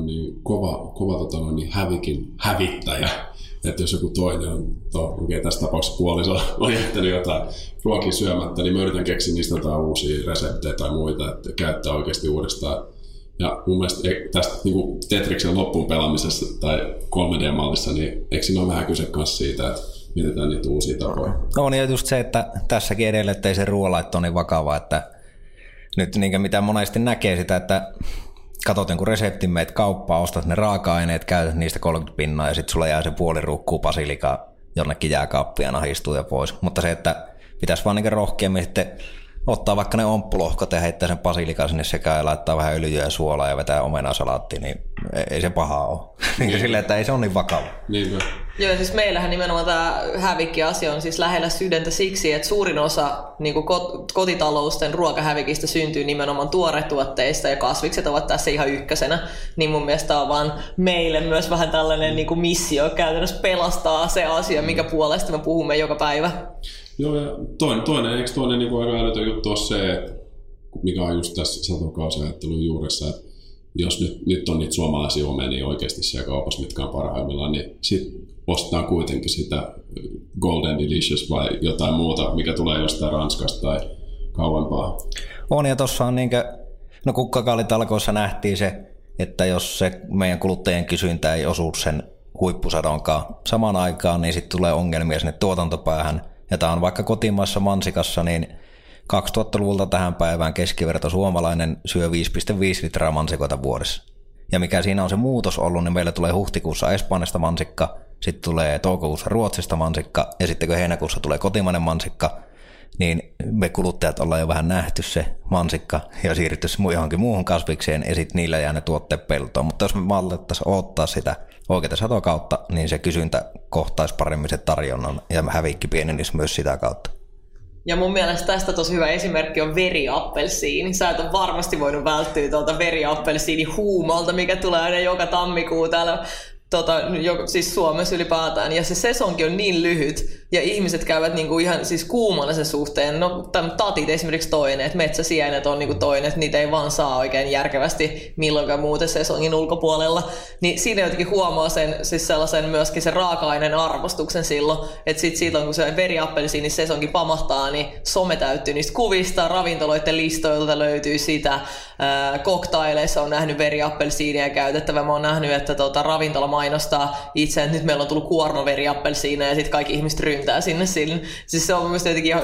kova hävikin hävittäjä. Että jos joku toinen on, tässä tapauksessa puoliso on jättänyt jotain ruokia syömättä, niin mä yritän keksiä niistä jotain uusia reseptejä tai muita, että käyttää oikeasti uudestaan. Ja mun mielestä tästä niin Tetriksen loppuun pelaamisessa tai 3D-mallissa, niin eikö siinä ole vähän kyse kanssa siitä, että mietitään niitä uusia tapoja? On ja just se, että tässäkin edelleen, ettei se ruoanlaitto ole niin vakava, että nyt niin mitä monesti näkee sitä, että katot jonkun reseptin, meet kauppaan, ostat ne raaka-aineet, käytät niistä 30% ja sitten sulla jää se puoli ruukkuu basilikaa jonnekin jääkaappiin ja nahistuu ja pois. Mutta se, että pitäisi vaan niin rohkeammin sitten ottaa vaikka ne omppulohkot ja heittää sen basilikaa sinne sekaan ja laittaa vähän öljyä ja suolaa ja vetää omenasalaattiin, niin ei se paha ole. Niin silleen, että ei se ole niin vakava. Niinpä. Joo, siis meillähän nimenomaan tämä hävikki-asia on siis lähellä sydäntä siksi, että suurin osa niin kuin kotitalousten ruokahävikistä syntyy nimenomaan tuoretuotteista ja kasvikset ovat tässä ihan ykkösenä. Niin mun mielestä on vaan meille myös vähän tällainen niin kuin missio käytännössä pelastaa se asia, minkä puolesta me puhumme joka päivä. Joo, ja toinen niin kuin aika älytön juttu on se, että mikä on just tässä satokausiajattelun juuressa, että jos nyt on niitä suomalaisia omenia oikeasti siellä kaupassa, mitkä on parhaimmillaan, niin sitten ostetaan kuitenkin sitä Golden Delicious vai jotain muuta, mikä tulee jostain Ranskasta tai kauempaa. On, ja tuossa on kukkakaalitalkoissa nähtiin se, että jos se meidän kuluttajien kysyntä ei osu sen huippusadonkaan samaan aikaan, niin sitten tulee ongelmia sinne tuotantopäähän. Ja tämä on vaikka kotimaassa mansikassa, niin 2000-luvulta tähän päivään keskiverto suomalainen syö 5,5 litraa mansikoita vuodessa. Ja mikä siinä on se muutos ollut, niin meillä tulee huhtikuussa Espanjasta mansikka, sitten tulee toukokuussa Ruotsista mansikka, ja sitten kun heinäkuussa tulee kotimainen mansikka, niin me kuluttajat ollaan jo vähän nähty se mansikka ja siirrytty johonkin muuhun kasvikseen, ja sitten niillä jää ne tuotteet peltoon. Mutta jos me mallettaisiin odottaa sitä oikeaa satokautta, niin se kysyntä kohtaisi paremmin se tarjonnan, ja hävikki pienenisi myös sitä kautta. Ja mun mielestä tästä tosi hyvä esimerkki on veriappelsiini. Sä et ole varmasti voinut välttyä tuolta veriappelsiinihuumalta, mikä tulee aina joka tammikuu täällä siis Suomessa ylipäätään. Ja se sesonki on niin lyhyt, ja ihmiset käyvät niinku ihan siis kuumana sen suhteen. No tatit esimerkiksi toinen, että metsäsienet on niinku toinen, että niitä ei vaan saa oikein järkevästi milloinkaan muuten sesongin ulkopuolella. Niin siinä jotenkin huomaa sen, siis sellaisen myöskin sen raaka-aineen arvostuksen silloin, että sit silloin kun se veriappelsiini sesonki pamahtaa, niin some täyttyy niistä kuvista, ravintoloiden listoilta löytyy sitä, koktaileissa on nähnyt veriappelsiinia käytettävä. Mä oon nähnyt, että ravintola mainostaa itse, että nyt meillä on tullut kuormaveriappelsiina ja sitten kaikki ihmiset ryntää sinne. Siis se on mun mielestä jotenkin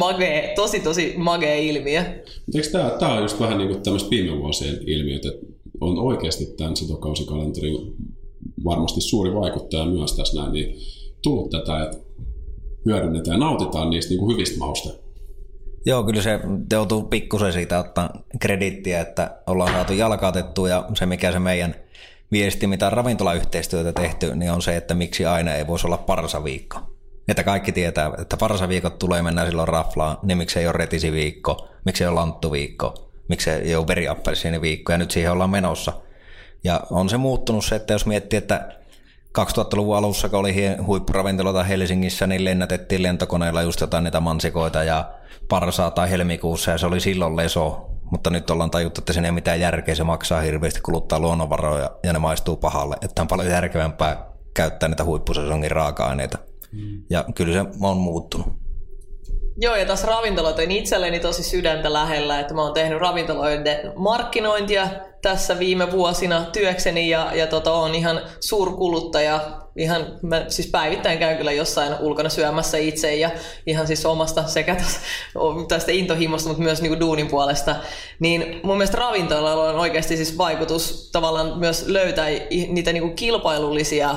tosi magea ilmiö. Eikö tämä on just vähän niin kuin tämmöistä viime vuosien ilmiöt, että on oikeasti tämän satokausikalenterin varmasti suuri vaikuttaja myös tässä näin, niin tullut tätä, että hyödynnetään ja nautitaan niistä niin kuin hyvistä mausta. Joo, kyllä se joutuu pikkusen siitä ottaa krediittiä, että ollaan saatu jalkautettua, ja se mikä se meidän viesti, mitä on ravintolayhteistyötä tehty, niin on se, että miksi aina ei voisi olla parsaviikko. Että kaikki tietää, että parsaviikot tulee, mennään silloin raflaan, niin miksi ei ole retisiviikko, miksi ei ole lanttuviikko, miksi ei ole veriappelsiiniviikko, ja nyt siihen ollaan menossa. Ja on se muuttunut se, että jos miettii, että 2000-luvun alussa, kun oli huippuravintoloita Helsingissä, niin lennätettiin lentokoneilla just jotain niitä mansikoita ja parsaa tai helmikuussa, ja se oli silloin leso. Mutta nyt ollaan tajuttu, että siinä ei mitään järkeä, se maksaa hirveästi, kuluttaa luonnonvaroja ja ne maistuu pahalle. Että on paljon järkevämpää käyttää niitä huippusesongin raaka-aineita. Ja kyllä se on muuttunut. Joo, ja tässä ravintoloita on itselleni tosi sydäntä lähellä, että mä oon tehnyt ravintoloiden markkinointia tässä viime vuosina työkseni ja oon ihan suurkuluttaja. Mä siis päivittäin käyn kyllä jossain ulkona syömässä itse ja ihan siis omasta sekä tästä intohimosta, mutta myös niinku duunin puolesta. Niin mun mielestä ravintoloilla on oikeasti siis vaikutus tavallaan myös löytää niitä niinku kilpailullisia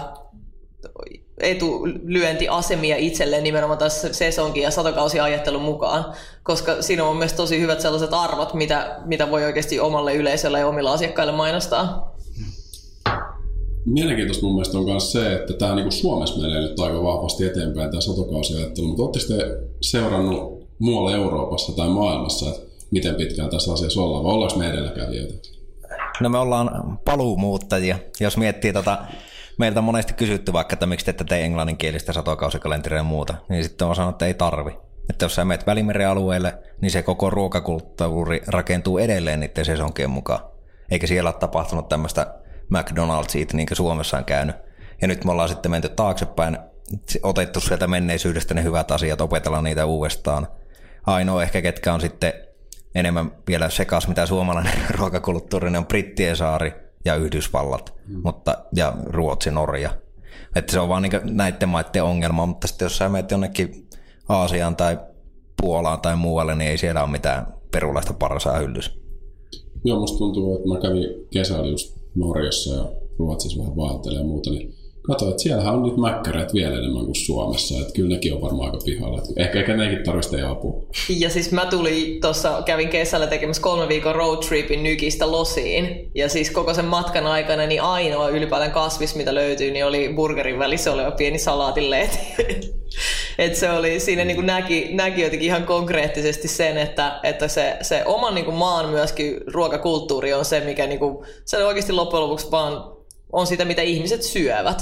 etulyöntiasemia itselleen nimenomaan tässä sesonkin ja satokausiajattelun mukaan, koska siinä on mun mielestä tosi hyvät sellaiset arvot, mitä voi oikeasti omalle yleisölle ja omilla asiakkaille mainostaa. Mielenkiintoista mun mielestä on myös se, että tämä niin kuin Suomessa menee nyt aika vahvasti eteenpäin tämä satokausiajattelu, mutta oletteko te seurannut muualla Euroopassa tai maailmassa, että miten pitkään tässä asiassa ollaan, vai ollaanko me edelläkävijöitä? No me ollaan paluumuuttajia. Jos miettii meiltä on monesti kysytty vaikka, että miksi te ette tee englanninkielistä satokausikalenteria ja muuta, niin sitten on sanonut, että ei tarvi. Että jos sä menet Välimeren alueelle, niin se koko ruokakulttuuri rakentuu edelleen niiden sesonkien mukaan. Eikä siellä ole tapahtunut tämmöistä McDonald'sit, niin kuin Suomessa on käynyt. Ja nyt me ollaan sitten menty taaksepäin, otettu sieltä menneisyydestä ne hyvät asiat, opetellaan niitä uudestaan. Ainoa ehkä, ketkä on sitten enemmän vielä sekas, mitä suomalainen ruokakulttuuri, on Brittien saari ja Yhdysvallat, ja Ruotsi, Norja. Että se on vaan niin näiden maiden ongelma, mutta sitten jos sä menet jonnekin Aasiaan tai Puolaan tai muualle, niin ei siellä ole mitään perulaista parsaa hyllyssä. Joo, musta tuntuu, että mä kävin kesällä just Norjassa ja Ruotsissa vähän vaeltelemaan ja muuta, niin katsoin, että siellähän on niitä mäkkäreitä vielä enemmän kuin Suomessa, että kyllä nekin on varmaan aika pihalla. Ehkä nekin tarvitsee apua. Ja siis mä kävin kesällä tekemässä 3 viikon roadtripin Nykistä Losiin, ja siis koko sen matkan aikana niin ainoa ylipäätään kasvis, mitä löytyy, niin oli burgerin välissä oleva pieni salaatinleeti. Että se oli, siinä niin kuin näki jotenkin ihan konkreettisesti sen, että se oman niin kuin maan myöskin ruokakulttuuri on se, mikä niin kuin, se oikeasti loppujen lopuksi vaan on sitä, mitä ihmiset syövät.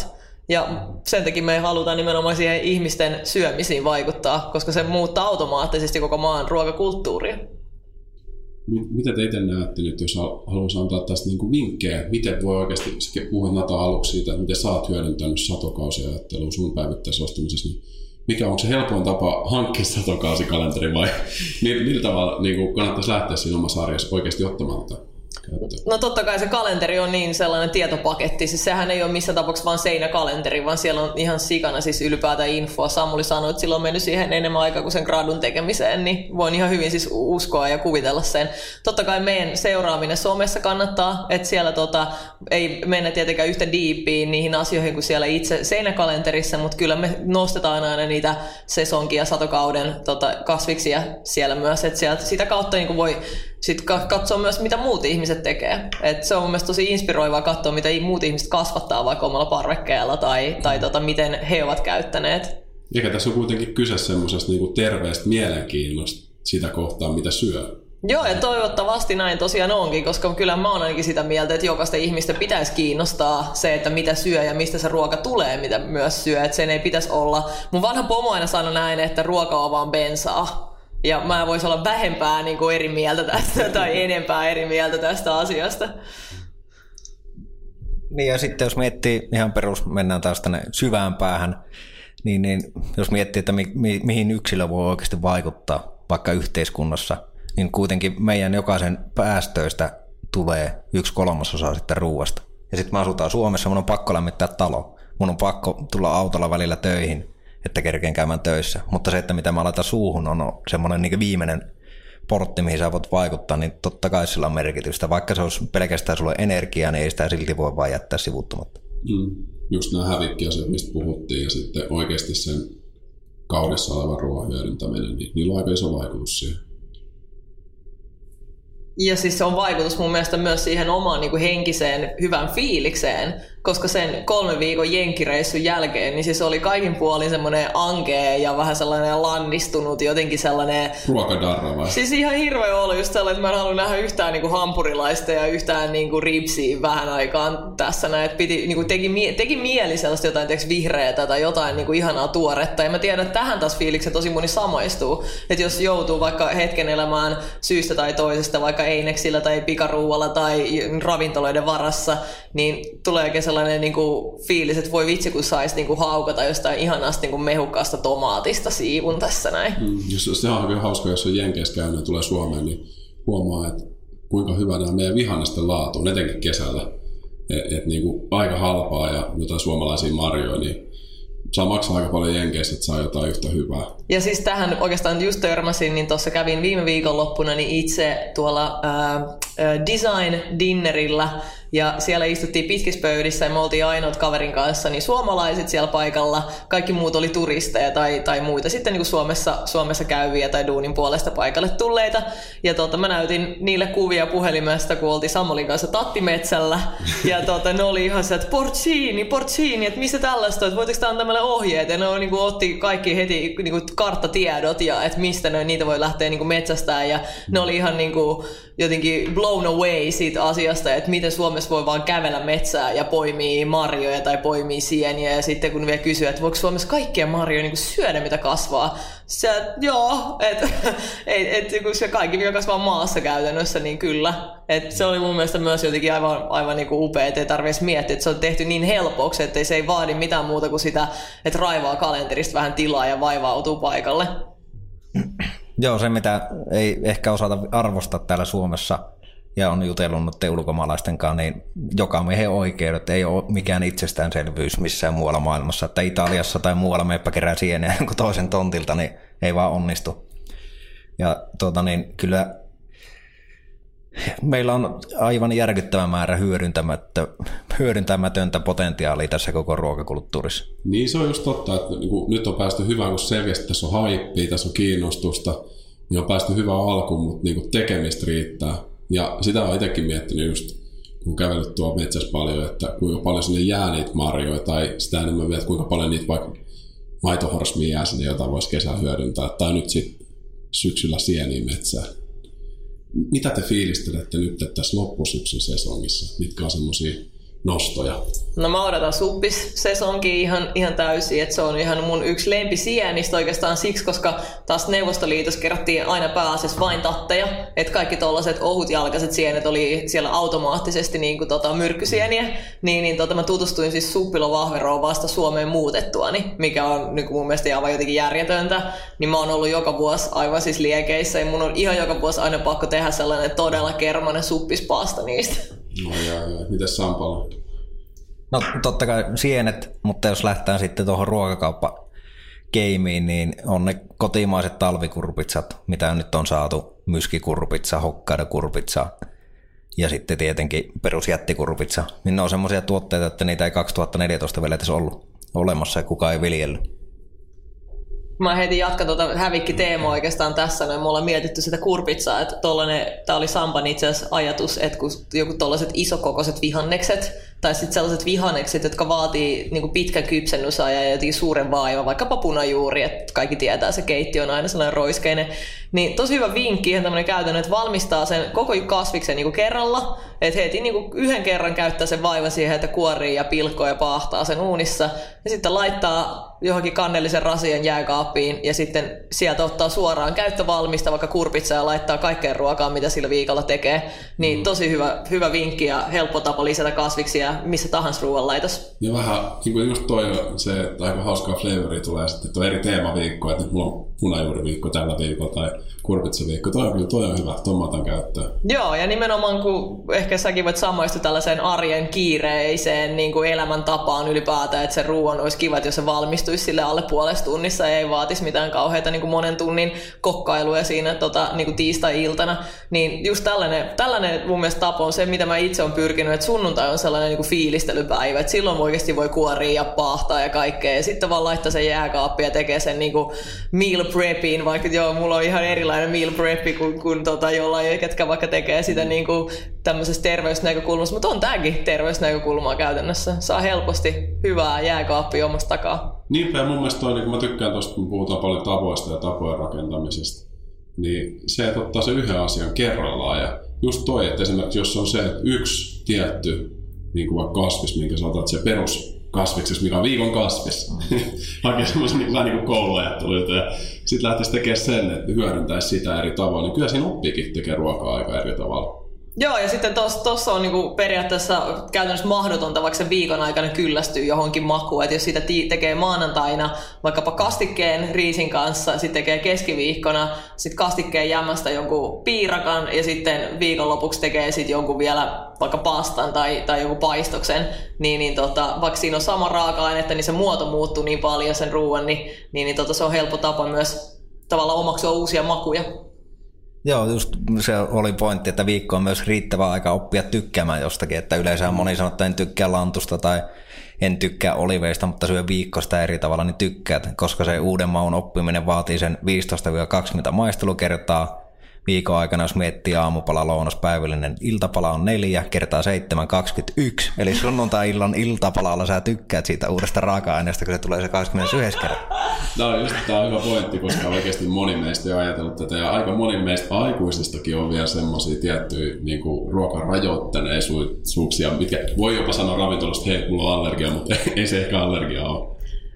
Ja sen takia me halutaan nimenomaan siihen ihmisten syömisiin vaikuttaa, koska se muuttaa automaattisesti koko maan ruokakulttuuria. Mitä te itse näette nyt, jos haluaisi antaa tästä niin vinkkejä, miten voi oikeasti, puhuin Nata aluksi siitä, että miten sä oot hyödyntänyt satokausiajattelua sun päivittäisessä ostamisessa, niin mikä onko se helpoin tapa hankkia satokausikalenteri vai millä tavalla niin kannattaisi lähteä siinä omassa arjessa oikeasti ottamaan tätä käyttöön? No totta kai se kalenteri on niin sellainen tietopaketti, siis sehän ei ole missään tapauksessa vaan seinäkalenteri, vaan siellä on ihan sikana siis ylipäätään infoa. Samuli sanoi, että sillä on mennyt siihen enemmän aikaa kuin sen gradun tekemiseen, niin voin ihan hyvin siis uskoa ja kuvitella sen. Totta kai meidän seuraaminen somessa kannattaa, että siellä ei mennä tietenkään yhtä diippiin niihin asioihin kuin siellä itse seinäkalenterissa, mutta kyllä me nostetaan aina niitä sesonkin ja satokauden kasviksia siellä myös, että sieltä sitä kautta niin voi sitten katsoa myös, mitä muut ihmiset tekee. Et se on mun mielestä tosi inspiroivaa katsoa, mitä muut ihmiset kasvattaa vaikka omalla parvekkeella tai miten he ovat käyttäneet. Eikä tässä on kuitenkin kyse semmoisesta niinku terveestä mielenkiinnosta sitä kohtaa, mitä syö. Joo, ja toivottavasti näin tosiaan onkin, koska kyllä mä oon ainakin sitä mieltä, että jokaista ihmistä pitäisi kiinnostaa se, että mitä syö ja mistä se ruoka tulee, mitä myös syö. Että sen ei pitäisi olla. Mun vanha pomo aina sanoi näin, että ruoka on vaan bensaa. Ja mä voisin olla vähempää niin kuin eri mieltä tästä tai enempää eri mieltä tästä asiasta. Niin ja sitten jos miettii ihan mennään taas tänne syvään päähän, niin jos miettii, että mihin yksilö voi oikeasti vaikuttaa vaikka yhteiskunnassa, niin kuitenkin meidän jokaisen päästöistä tulee 1/3 sitten ruuasta. Ja sitten me asutaan Suomessa, mun on pakko lämmittää talo, mun on pakko tulla autolla välillä töihin, että kerkeen käymään töissä. Mutta se, että mitä mä laitan suuhun, on semmoinen niin viimeinen portti, mihin sä voit vaikuttaa, niin totta kai sillä on merkitystä. Vaikka se olisi pelkästään sulle energiaa, niin ei sitä silti voi vaan jättää sivuuttamatta. Just nämä hävikkiasiat, mistä puhuttiin, ja sitten oikeasti sen kaudessa olevan ruoan hyödyntäminen, niin niillä on aika iso vaikutus siihen. Ja siis se on vaikutus mun mielestä myös siihen omaan niin kuin henkiseen hyvään fiilikseen, koska sen 3 viikon jenkkireissun jälkeen, niin siis oli kaikin puolin semmoinen ankea ja vähän sellainen lannistunut, jotenkin sellainen... Ruokadarra vai? Siis ihan hirveä ollut just sellainen, että mä en halua nähdä yhtään niin kuin hampurilaista ja yhtään niin kuin ripsiä vähän aikaan tässä näin, että niin kuin teki mieli sellaista jotain vihreätä tai jotain niin kuin ihanaa tuoretta. Ja mä tiedän, että tähän taas fiilikset tosi moni samaistuu, että jos joutuu vaikka hetken elämään syystä tai toisesta, vaikka eineksillä tai pikaruualla tai ravintoloiden varassa, niin tuleekin sellainen niin kuin fiilis, että voi vitsi, kun saisi niin kuin haukata jostain ihanasta niin kuin mehukkaasta tomaatista siivun tässä näin. Se on oikein hauska, jos on Jenkeissä käynyt ja tulee Suomeen, niin huomaa, että kuinka hyvä nämä meidän vihannesten laatu on, etenkin kesällä. Et niin kuin aika halpaa ja jotain suomalaisia marjoja, niin saa maksaa aika paljon Jenkeissä, että saa jotain yhtä hyvää. Ja siis tähän oikeastaan just törmäsin, niin tuossa kävin viime viikonloppuna niin itse tuolla design dinnerillä ja siellä istuttiin pitkissä pöydissä ja me oltiin ainoat kaverin kanssa, niin suomalaiset siellä paikalla, kaikki muut oli turisteja tai muita sitten niin kuin Suomessa käyviä tai duunin puolesta paikalle tulleita. Ja mä näytin niille kuvia puhelimesta, kun oltiin Samulin kanssa tattimetsällä ja ne oli ihan se, että porcini, että mistä tällaista, että voitko antaa meille ohjeet? Ja ne niin kuin otti kaikki heti niin kuin karttatiedot ja että mistä niitä voi lähteä niin kuin metsästään ja ne oli ihan niin kuin jotenkin blown away siitä asiasta, että miten Suomessa voi vaan kävellä metsää ja poimia marjoja tai poimia sieniä ja sitten kun vielä kysyy, että voiko Suomessa kaikkia marjoja niin kuin syödä, mitä kasvaa, joo, että kun se kaikki, mikä kasvaa maassa käytännössä, niin kyllä. Et se oli mun mielestä myös jotenkin aivan niin kuin upea, että ei tarvitse miettiä, että se on tehty niin helpoksi, että se ei vaadi mitään muuta kuin sitä, että raivaa kalenterista vähän tilaa ja vaivautuu paikalle. Joo, se mitä ei ehkä osata arvostaa täällä Suomessa ja on jutellut nyt ulkomaalaisten kanssa, niin jokamiehen oikeudet ei ole mikään itsestäänselvyys missään muualla maailmassa. Että Italiassa tai muualla meppä kerää sieniä jonkun toisen tontilta, niin ei vaan onnistu. Ja kyllä meillä on aivan järkyttävä määrä hyödyntämätöntä potentiaalia tässä koko ruokakulttuurissa. Niin se on just totta, että nyt on päästy hyvään, kun selkeästi tässä on haippia, tässä on kiinnostusta, niin on päästy hyvään alkuun, mutta tekemistä riittää. Ja sitä on itsekin miettinyt just, kun kävellyt tuolla metsässä paljon, että kuinka paljon sinne jää niitä marjoja, tai sitä enemmän vielä, että kuinka paljon niitä vaikka maitohorsmia jää sinne, jota voisi kesällä hyödyntää, tai nyt sitten syksyllä sieniä metsää. Mitä te fiilistelette nyt tässä loppusyksyn sesongissa? Mitkä on semmoisia nostoja? No mä odotan suppissesonkin ihan täysin, että se on ihan mun yksi lempisienistä oikeastaan siksi, koska taas Neuvostoliitossa kerättiin aina pääasiassa vain tatteja, että kaikki tollaset ohutjalkaiset sienet oli siellä automaattisesti niin kuin myrkkysieniä, niin mä tutustuin siis suppilovahveroon vasta Suomeen muutettuani, mikä on niin kuin mun mielestä aivan jotenkin järjetöntä, niin mä oon ollut joka vuosi aivan siis liekeissä ja mun on ihan joka vuosi aina pakko tehdä sellainen todella kermanen suppispasta niistä. No joo. Mites Sampala? No totta kai sienet, mutta jos lähtee sitten tuohon ruokakauppakeimiin, niin on ne kotimaiset talvikurpitsat, mitä nyt on saatu, myskikurpitsa, Hokkaido-kurpitsa ja sitten tietenkin perusjättikurpitsa. Niin ne on semmoisia tuotteita, että niitä ei 2014 vielä edes ollut olemassa ja kukaan ei viljellyt. Mä heti jatkan hävikki-teemaa oikeastaan tässä. Me ollaan mietitty sitä kurpitsaa, että tää oli Sampan itse asiassa ajatus, että kun joku tollaiset isokokoiset vihannekset, tai sitten sellaiset vihannekset, jotka vaatii niin kuin pitkän kypsennysajan ja jotenkin suuren vaivan, vaikkapa punajuuri, että kaikki tietää, se keittiö on aina sellainen roiskeinen. Niin tosi hyvä vinkki, ihan tämmöinen käytännön, että valmistaa sen koko kasviksen niin kuin kerralla, että heti niin kuin yhden kerran käyttää sen vaivan siihen, että kuorii ja pilkkoo ja paahtaa sen uunissa, ja sitten laittaa johonkin kannellisen rasian jääkaappiin, ja sitten sieltä ottaa suoraan käyttövalmista, vaikka kurpitsa, ja laittaa kaikkeen ruokaan, mitä sillä viikolla tekee. Niin tosi hyvä vinkki ja helppo tapa lisätä kasviksia missä tahansa ruoanlaitossa. Ja vähän niin kuin just toi se, että aika hauskaa flavoria tulee sitten, että on eri teemaviikkoja, että nyt mulla on punajuuriviikko tällä viikolla tai kurpitsaviikko. Toi on hyvä, tuon mä otan käyttöön. Joo, ja nimenomaan kun ehkä säkin voit samaistua tällaiseen arjen kiireiseen niin kuin elämäntapaan ylipäätään, että se ruoan olisi kiva, että jos se valmistuisi sille alle puolesta tunnissa ja ei vaatisi mitään kauheita niin kuin monen tunnin kokkailuja siinä niin kuin tiistai-iltana, niin just tällainen mun mielestä tapa on se, mitä mä itse olen pyrkinyt, että sunnuntai on sellainen niin kuin fiilistelypäivä, että silloin oikeasti voi kuoria ja paahtaa ja kaikkea, ja sitten vaan laittaa sen jääkaappiin ja tekee sen niin kuin meal prepin, vaikka joo, mulla on ihan erilainen meal preppi kuin jollain, ketkä vaikka tekee sitä niin kuin tämmöisestä terveysnäkökulmasta, mutta on tämäkin terveysnäkökulmaa käytännössä. Saa helposti hyvää jääkaappia omasta takaa. Niinpä, ja mun mielestä toi, niin kun mä tykkään tuosta, kun puhutaan paljon tavoista ja tapojen rakentamisesta, niin se, että ottaa se yhden asian kerrallaan, ja just toi, että esimerkiksi jos on se, että yksi tietty niin kuin vaikka kasvis, minkä sä otat se peruskasviksessa, mikä on viikon kasvis, hakee semmoisen vähän niin kuin kouluajattelulta, ja sitten lähtisi tekemään sen, että hyödyntäisi sitä eri tavalla, niin kyllä siinä oppiikin tekee ruokaa aika eri tavalla. Joo, ja sitten tuossa on niinku periaatteessa käytännössä mahdotonta vaikka sen viikon aikana kyllästyy johonkin makuun. Että jos sitä tekee maanantaina vaikkapa kastikkeen riisin kanssa, sitten tekee keskiviikkona sitten kastikkeen jämästä jonkun piirakan ja sitten viikonlopuksi tekee sitten jonkun vielä vaikka pastan tai jonkun paistoksen, niin vaikka siinä on sama raaka-ainetta, niin se muoto muuttuu niin paljon sen ruoan, niin se on helppo tapa myös tavallaan omaksua uusia makuja. Joo, just se oli pointti, että viikko on myös riittävä aika oppia tykkäämään jostakin, että yleensä moni sanoo, että en tykkää lantusta tai en tykkää oliveista, mutta syö viikkosta eri tavalla, niin tykkäät, koska se uuden maun oppiminen vaatii sen 15-20 maistelukertaa. Viikon aikana, jos miettii aamupala, lounas, päivällinen iltapala on 4 kertaa 7, 21. Eli sunnuntai-illan iltapalalla sä tykkäät siitä uudesta raaka-aineesta, kun se tulee se 21 kertaa. Tämä on hyvä pointti, koska oikeasti moni meistä on ajatellut tätä, ja aika moni meistä aikuisistakin on vielä semmoisia tiettyjä niin kuin ruokarajoitteneisuuksia, mitkä voi jopa sanoa ravintolasta, hei, mulla on allergia, mutta ei se ehkä allergia ole.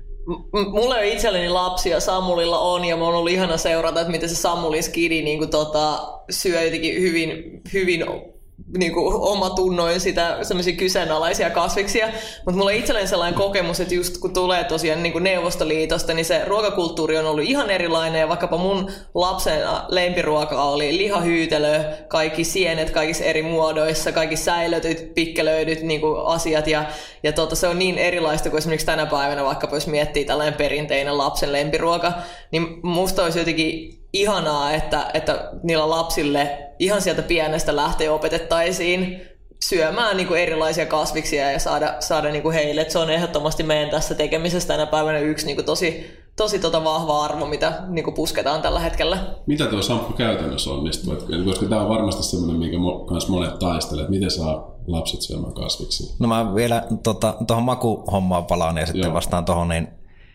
Mulla ei itselleni lapsia, Samulilla on, ja mä on ollut ihana seurata, että miten se Samulin skidi niin kuin, syö jotenkin hyvin niin kuin omatunnoin sitä semmoisia kyseenalaisia kasviksia, mutta mulla on itselleni sellainen kokemus, että just kun tulee tosiaan niin kuin Neuvostoliitosta, niin se ruokakulttuuri on ollut ihan erilainen, ja vaikkapa mun lapsen lempiruoka oli lihahyytelö, kaikki sienet kaikissa eri muodoissa, kaikki säilötyt, pikkelöidyt niin kuin asiat, ja se on niin erilaista kuin esimerkiksi tänä päivänä, vaikkapa jos miettii tällainen perinteinen lapsen lempiruoka, niin musta olisi jotenkin ihanaa, että niillä lapsille ihan sieltä pienestä lähtee opetettaisiin syömään niin kuin erilaisia kasviksia ja saada niin kuin heille. Että se on ehdottomasti meidän tässä tekemisessä tänä päivänä yksi niin kuin tosi vahva arvo, mitä niin kuin pusketaan tällä hetkellä. Mitä tuo Samppu käytännössä onnistuu? Koska tämä on varmasti sellainen, minkä kanssa monet taistelee, että miten saa lapset syömään kasviksia? No mä vielä tuohon makuhommaan palaan ja sitten vastaan tuohon, niin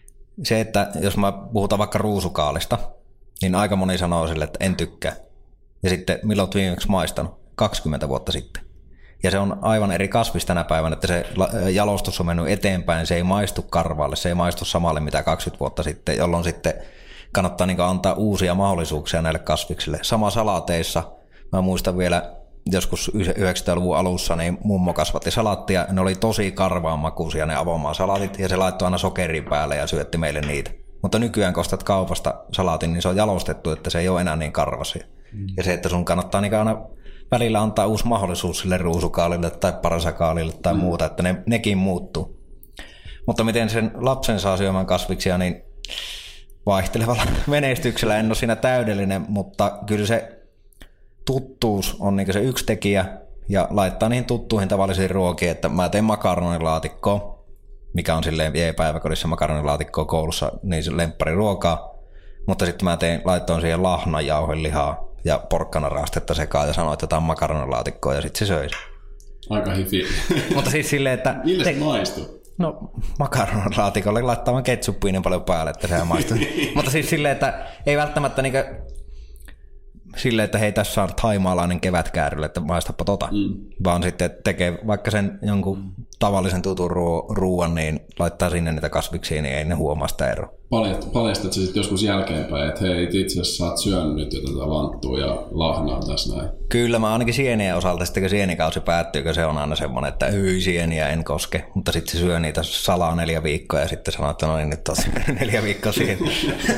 se, että jos mä puhutaan vaikka ruusukaalista, niin aika moni sanoo sille, että en tykkää. Ja sitten milloin olet viimeksi maistanut? 20 vuotta sitten. Ja se on aivan eri kasvis tänä päivänä, että se jalostus on mennyt eteenpäin, se ei maistu karvaalle, se ei maistu samalle mitä 20 vuotta sitten, jolloin sitten kannattaa niin antaa uusia mahdollisuuksia näille kasviksille. Sama salaateissa, mä muistan vielä joskus 90-luvun alussa, niin mummo kasvatti salaattia, ne oli tosi karvaan makuisia ne avomaa salaatit, ja se laittoi aina sokerin päälle ja syötti meille niitä. Mutta nykyään kun ostat kaupasta salaatin, niin se on jalostettu, että se ei ole enää niin karvasia. Ja se, että sun kannattaa niin aina välillä antaa uusi mahdollisuus sille ruusukaalille tai parasakaalille tai muuta, että nekin muuttuu. Mutta miten sen lapsen saa syömään kasviksia, niin vaihtelevalla menestyksellä en ole siinä täydellinen, mutta kyllä se tuttuus on niin se yksi tekijä ja laittaa niihin tuttuihin tavallisiin ruokiin, että mä teen makaronilaatikkoa, mikä on silleen päiväkodissa makaronilaatikkoa koulussa, niin se lemppariruokaa, mutta sitten mä laittoin siihen lahnajauhelihaa ja porkkanaraastetta sekaan ja sanoin, että tämä on makaronilaatikkoa ja sitten se söi. Aika hifi. Mutta siis silleen, että... Mille se maistuu? No makaronlaatikolle laittaa vaan ketsuppia niin paljon päälle, että sehän maistuu. Mutta siis silleen, että ei välttämättä niinkö silleen, että hei tässä on thaimaalainen kevätkäärylle, että maistapa tota. Vaan sitten tekee vaikka sen jonkun tavallisen tutun ruuan, niin laittaa sinne niitä kasviksia, niin ei ne huomaa sitä eroa. Paljastat sä sitten joskus jälkeenpäin, että hei itse asiassa sä oot syönyt nyt jo tätä lanttua ja lahnaa tässä näin. Kyllä mä ainakin sienien osalta, sitten kun sienikausi päättyy, kun se on aina semmoinen, että sieniä en koske. Mutta sitten se syö niitä salaa 4 viikkoa ja sitten sanoo, että no niin nyt on 4 viikkoa sieniä.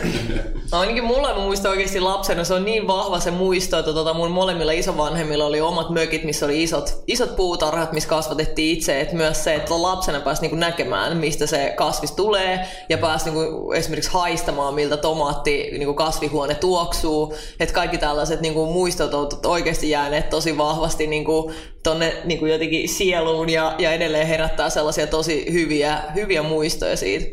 No ainakin mulla muista oikeasti lapsena, se on niin vahva se muisto, että mun molemmilla isovanhemmilla oli omat mökit, missä oli isot puutarhat, missä kasvatettiin itse. Että myös se, että lapsena pääsi niinku näkemään, mistä se kasvis tulee ja pääsi niinku esimerkiksi haistamaan, miltä tomaatti niinku kasvihuone tuoksuu. Että kaikki tällaiset niinku muistot ovat oikeasti jääneet tosi vahvasti niinku tonne niinku jotenkin sieluun ja edelleen herättää sellaisia tosi hyviä muistoja siitä.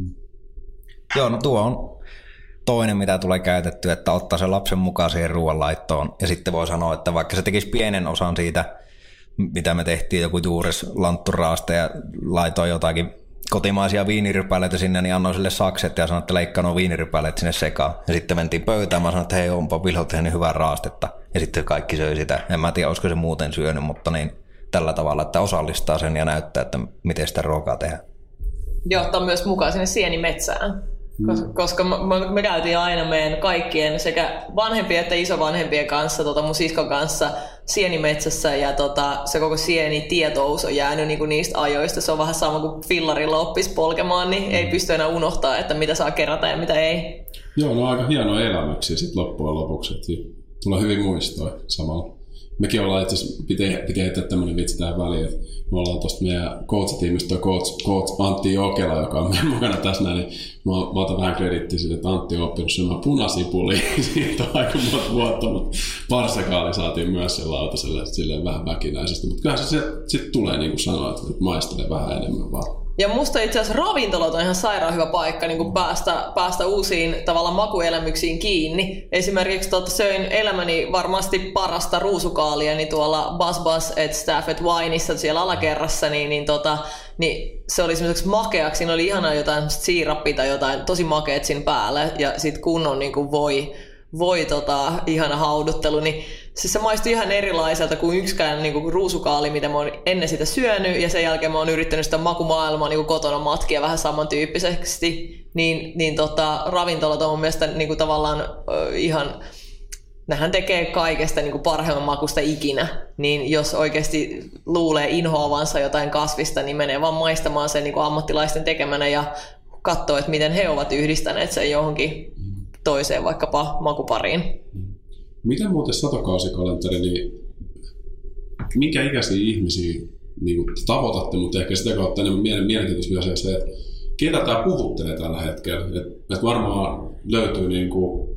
Joo, no tuo on toinen, mitä tulee käytettyä, että ottaa sen lapsen mukaan siihen ruoanlaittoon. Ja sitten voi sanoa, että vaikka se tekisi pienen osan siitä, mitä me tehtiin, joku juures lantturaasta ja laitoin jotakin kotimaisia viinirypäleitä sinne, niin annoin sille sakset ja sanoin, että leikkaa nuo viinirypäleet sinne sekaan. Ja sitten mentiin pöytään, mä sanoin, että hei, onpa Vilho tehnyt hyvää raastetta. Ja sitten kaikki söi sitä. En mä tiedä, olisiko se muuten syönyt, mutta niin tällä tavalla, että osallistaa sen ja näyttää, että miten sitä ruokaa tehdään. Ja ottaa myös mukaan sinne sienimetsään. Koska me käytiin aina meidän kaikkien sekä vanhempien että isovanhempien kanssa, mun siskon kanssa sienimetsässä ja se koko sienitietous on jäänyt niinku niistä ajoista. Se on vähän sama kuin fillarilla oppisi polkemaan, niin ei pysty enää unohtaa, että mitä saa kerätä ja mitä ei. Joo, no aika hienoja elämyksiä sitten loppujen lopuksi. Tulee hyvin muistoja samalla. Mekin ollaan itse asiassa, piti heittää tämmöinen vitsi tähän väliin, että me ollaan tuosta meidän coach-tiimistä coach Antti Jokela, joka on meidän mukana tässä näin, niin mä otan vähän kredittiä siitä, että Antti on oppinut syömään punasipulia siitä aika monta vuotta, mutta parsakaali saatiin myös sen lautaselle silleen vähän väkinäisesti, mutta kyllähän se sitten tulee niin kuin sanoa, että maistelee vähän enemmän vaan. Ja musta itse asiassa ravintolat on ihan sairaan hyvä paikka niin kuin päästä uusiin tavallaan makuelämyksiin kiinni. Esimerkiksi söin elämäni varmasti parasta ruusukaalia niin tuolla Buzz at Stafford Wineissa siellä alakerrassa, niin se oli semmoiseksi makeaksi. Siinä oli ihanaa jotain siirappia tai jotain tosi makeat siinä päällä ja sit kunnon niin kuin voi ihana hauduttelu, niin siis se maistui ihan erilaiselta kuin yksikään niinku ruusukaali, mitä mä oon ennen sitä syönyt, ja sen jälkeen mä oon yrittänyt sitä makumaailmaa niinku kotona matkia vähän samantyyppisesti, niin ravintolat on mun mielestä niinku tavallaan ihan, nehän tekee kaikesta niinku parhaimman makusta ikinä, niin jos oikeasti luulee inhoavansa jotain kasvista, niin menee vaan maistamaan sen niinku ammattilaisten tekemänä ja katsoo, että miten he ovat yhdistäneet sen johonkin toiseen vaikkapa makupariin. Miten muuten satokausikalenteri, niin minkä ikäisiä ihmisiä niin tavoitatte, mutta ehkä sitä kautta enemmän mielenkiintoisia asia se, että ketä tämä puhuttelee tällä hetkellä. Että varmaan löytyy niin kuin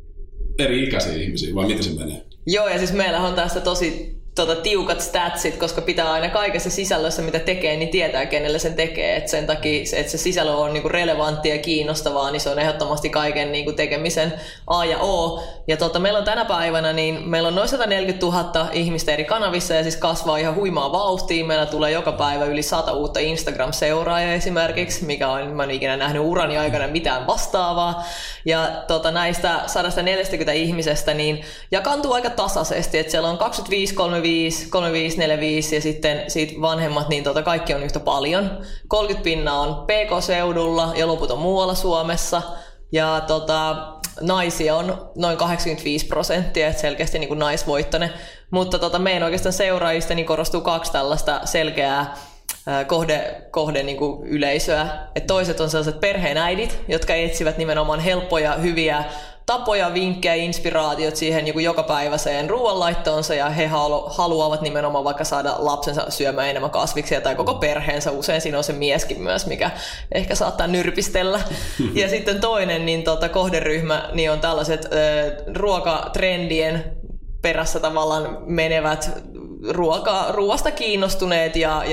eri ikäisiä ihmisiä, vai miten se menee? Joo, ja siis meillähän on tässä tosi tiukat statsit, koska pitää aina kaikessa sisällössä, mitä tekee, niin tietää, kenelle sen tekee. Et sen takia, että se sisällö on niinku relevanttia ja kiinnostavaa, niin se on ehdottomasti kaiken niinku tekemisen A ja O. Ja meillä on tänä päivänä, niin meillä on noin 140 000 ihmistä eri kanavissa, ja siis kasvaa ihan huimaa vauhtia. Meillä tulee joka päivä yli 100 uutta Instagram-seuraajaa esimerkiksi, mikä on, mä en ikinä nähnyt urani aikana mitään vastaavaa. Ja näistä 140 ihmisestä, niin jakaantuu aika tasaisesti, että siellä on 25-35 35, 45 ja sitten siitä vanhemmat, niin kaikki on yhtä paljon. 30% on PK-seudulla ja loput on muualla Suomessa. Ja naisia on noin 85%, että selkeästi niin kuin naisvoittoinen. Mutta meidän oikeastaan seuraajista niin korostuu 2 tällaista selkeää kohde niin kuin yleisöä. Et toiset on sellaiset perheenäidit, jotka etsivät nimenomaan helppoja, hyviä tapoja, vinkkejä, inspiraatiot siihen niin kuin jokapäiväiseen ruoanlaittoonsa, ja he haluavat nimenomaan vaikka saada lapsensa syömään enemmän kasviksia tai koko perheensä. Usein siinä on se mieskin myös, mikä ehkä saattaa nyrpistellä. Ja sitten toinen niin kohderyhmä niin on tällaiset ruokatrendien perässä tavallaan menevät ruoasta kiinnostuneet ja